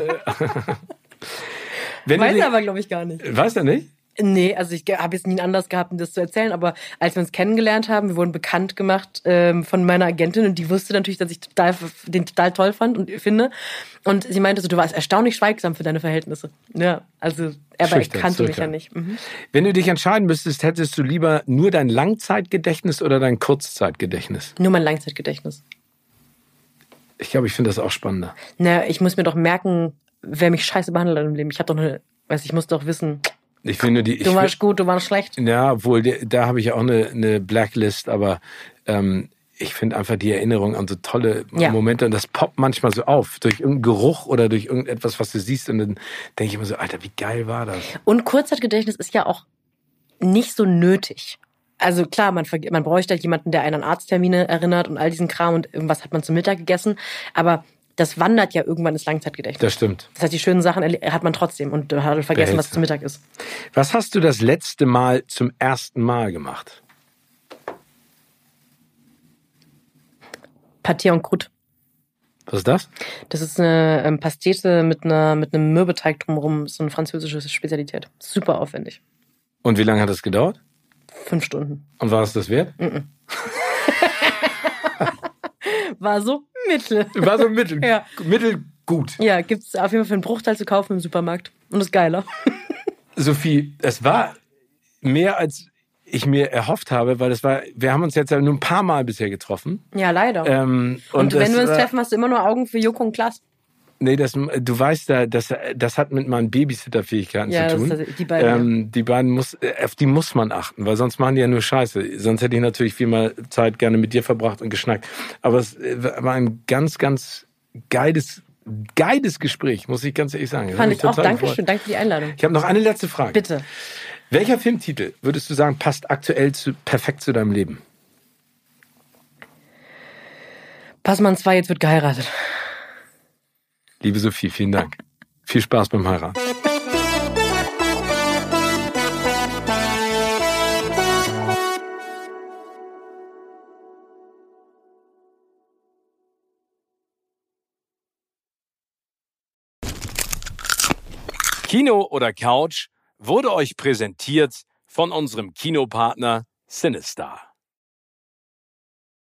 wenn du Weiß dich- er aber, glaube ich, gar nicht. Weiß er nicht? Nee, also ich habe jetzt nie einen Anlass gehabt, um das zu erzählen, aber als wir uns kennengelernt haben, wir wurden bekannt gemacht ähm, von meiner Agentin und die wusste natürlich, dass ich total, den total toll fand und finde. Und sie meinte so, du warst erstaunlich schweigsam für deine Verhältnisse. Ja, also er Schüchtern, kannte mich ja zurückhaltend. nicht. Mhm. Wenn du dich entscheiden müsstest, hättest du lieber nur dein Langzeitgedächtnis oder dein Kurzzeitgedächtnis? Nur mein Langzeitgedächtnis. Ich glaube, ich finde das auch spannender. Naja, ich muss mir doch merken, wer mich scheiße behandelt hat im Leben. Ich habe doch eine, weiß ich muss doch wissen, Ich finde die. Ich du warst find- gut, du warst schlecht. Ja, obwohl, der- da habe ich auch eine, eine Blacklist, aber ähm, ich finde einfach die Erinnerung an so tolle Ja. Momente und das poppt manchmal so auf, durch irgendeinen Geruch oder durch irgendetwas, was du siehst und dann denke ich immer so, Alter, wie geil war das? Und Kurzzeitgedächtnis ist ja auch nicht so nötig. Also klar, man, verge- man bräuchte halt jemanden, der einen an Arzttermine erinnert und all diesen Kram und irgendwas hat man zum Mittag gegessen, aber das wandert ja irgendwann ins Langzeitgedächtnis. Das stimmt. Das heißt, die schönen Sachen erle- hat man trotzdem und hat vergessen, Behältst was du. zum Mittag ist. Was hast du das letzte Mal zum ersten Mal gemacht? Pâté en croûte. Was ist das? Das ist eine ähm, Pastete mit, einer, mit einem Mürbeteig drumherum. So eine französische Spezialität. Super aufwendig. Und wie lange hat das gedauert? Fünf Stunden. Und war es das wert? War so mittel. War so mittel, Ja. mittelgut. Ja, gibt's auf jeden Fall für einen Bruchteil zu kaufen im Supermarkt. Und ist geiler. Sophie, es war mehr als ich mir erhofft habe, weil es war, wir haben uns jetzt ja nur ein paar Mal bisher getroffen. Ja, leider. Ähm, und wenn das wir uns war- treffen, hast du immer nur Augen für Joko und Klaas. Nee, das, du weißt ja, das, das hat mit meinen Babysitter-Fähigkeiten Ja, zu das tun. ist die beiden, ähm, die beiden muss, auf die muss man achten, weil sonst machen die ja nur Scheiße. Sonst hätte ich natürlich viel mal Zeit gerne mit dir verbracht und geschnackt. Aber es war ein ganz, ganz geiles, geiles Gespräch, muss ich ganz ehrlich sagen. Das hat Fand mich ich auch. total Dankeschön. gefreut. Danke für die Einladung. Ich habe noch eine letzte Frage. Bitte. Welcher Filmtitel, würdest du sagen, passt aktuell zu, perfekt zu deinem Leben? Passmann zwei, jetzt wird geheiratet. Liebe Sophie, vielen Dank. Viel Spaß beim Heiraten. Kino oder Couch wurde euch präsentiert von unserem Kinopartner Sinistar.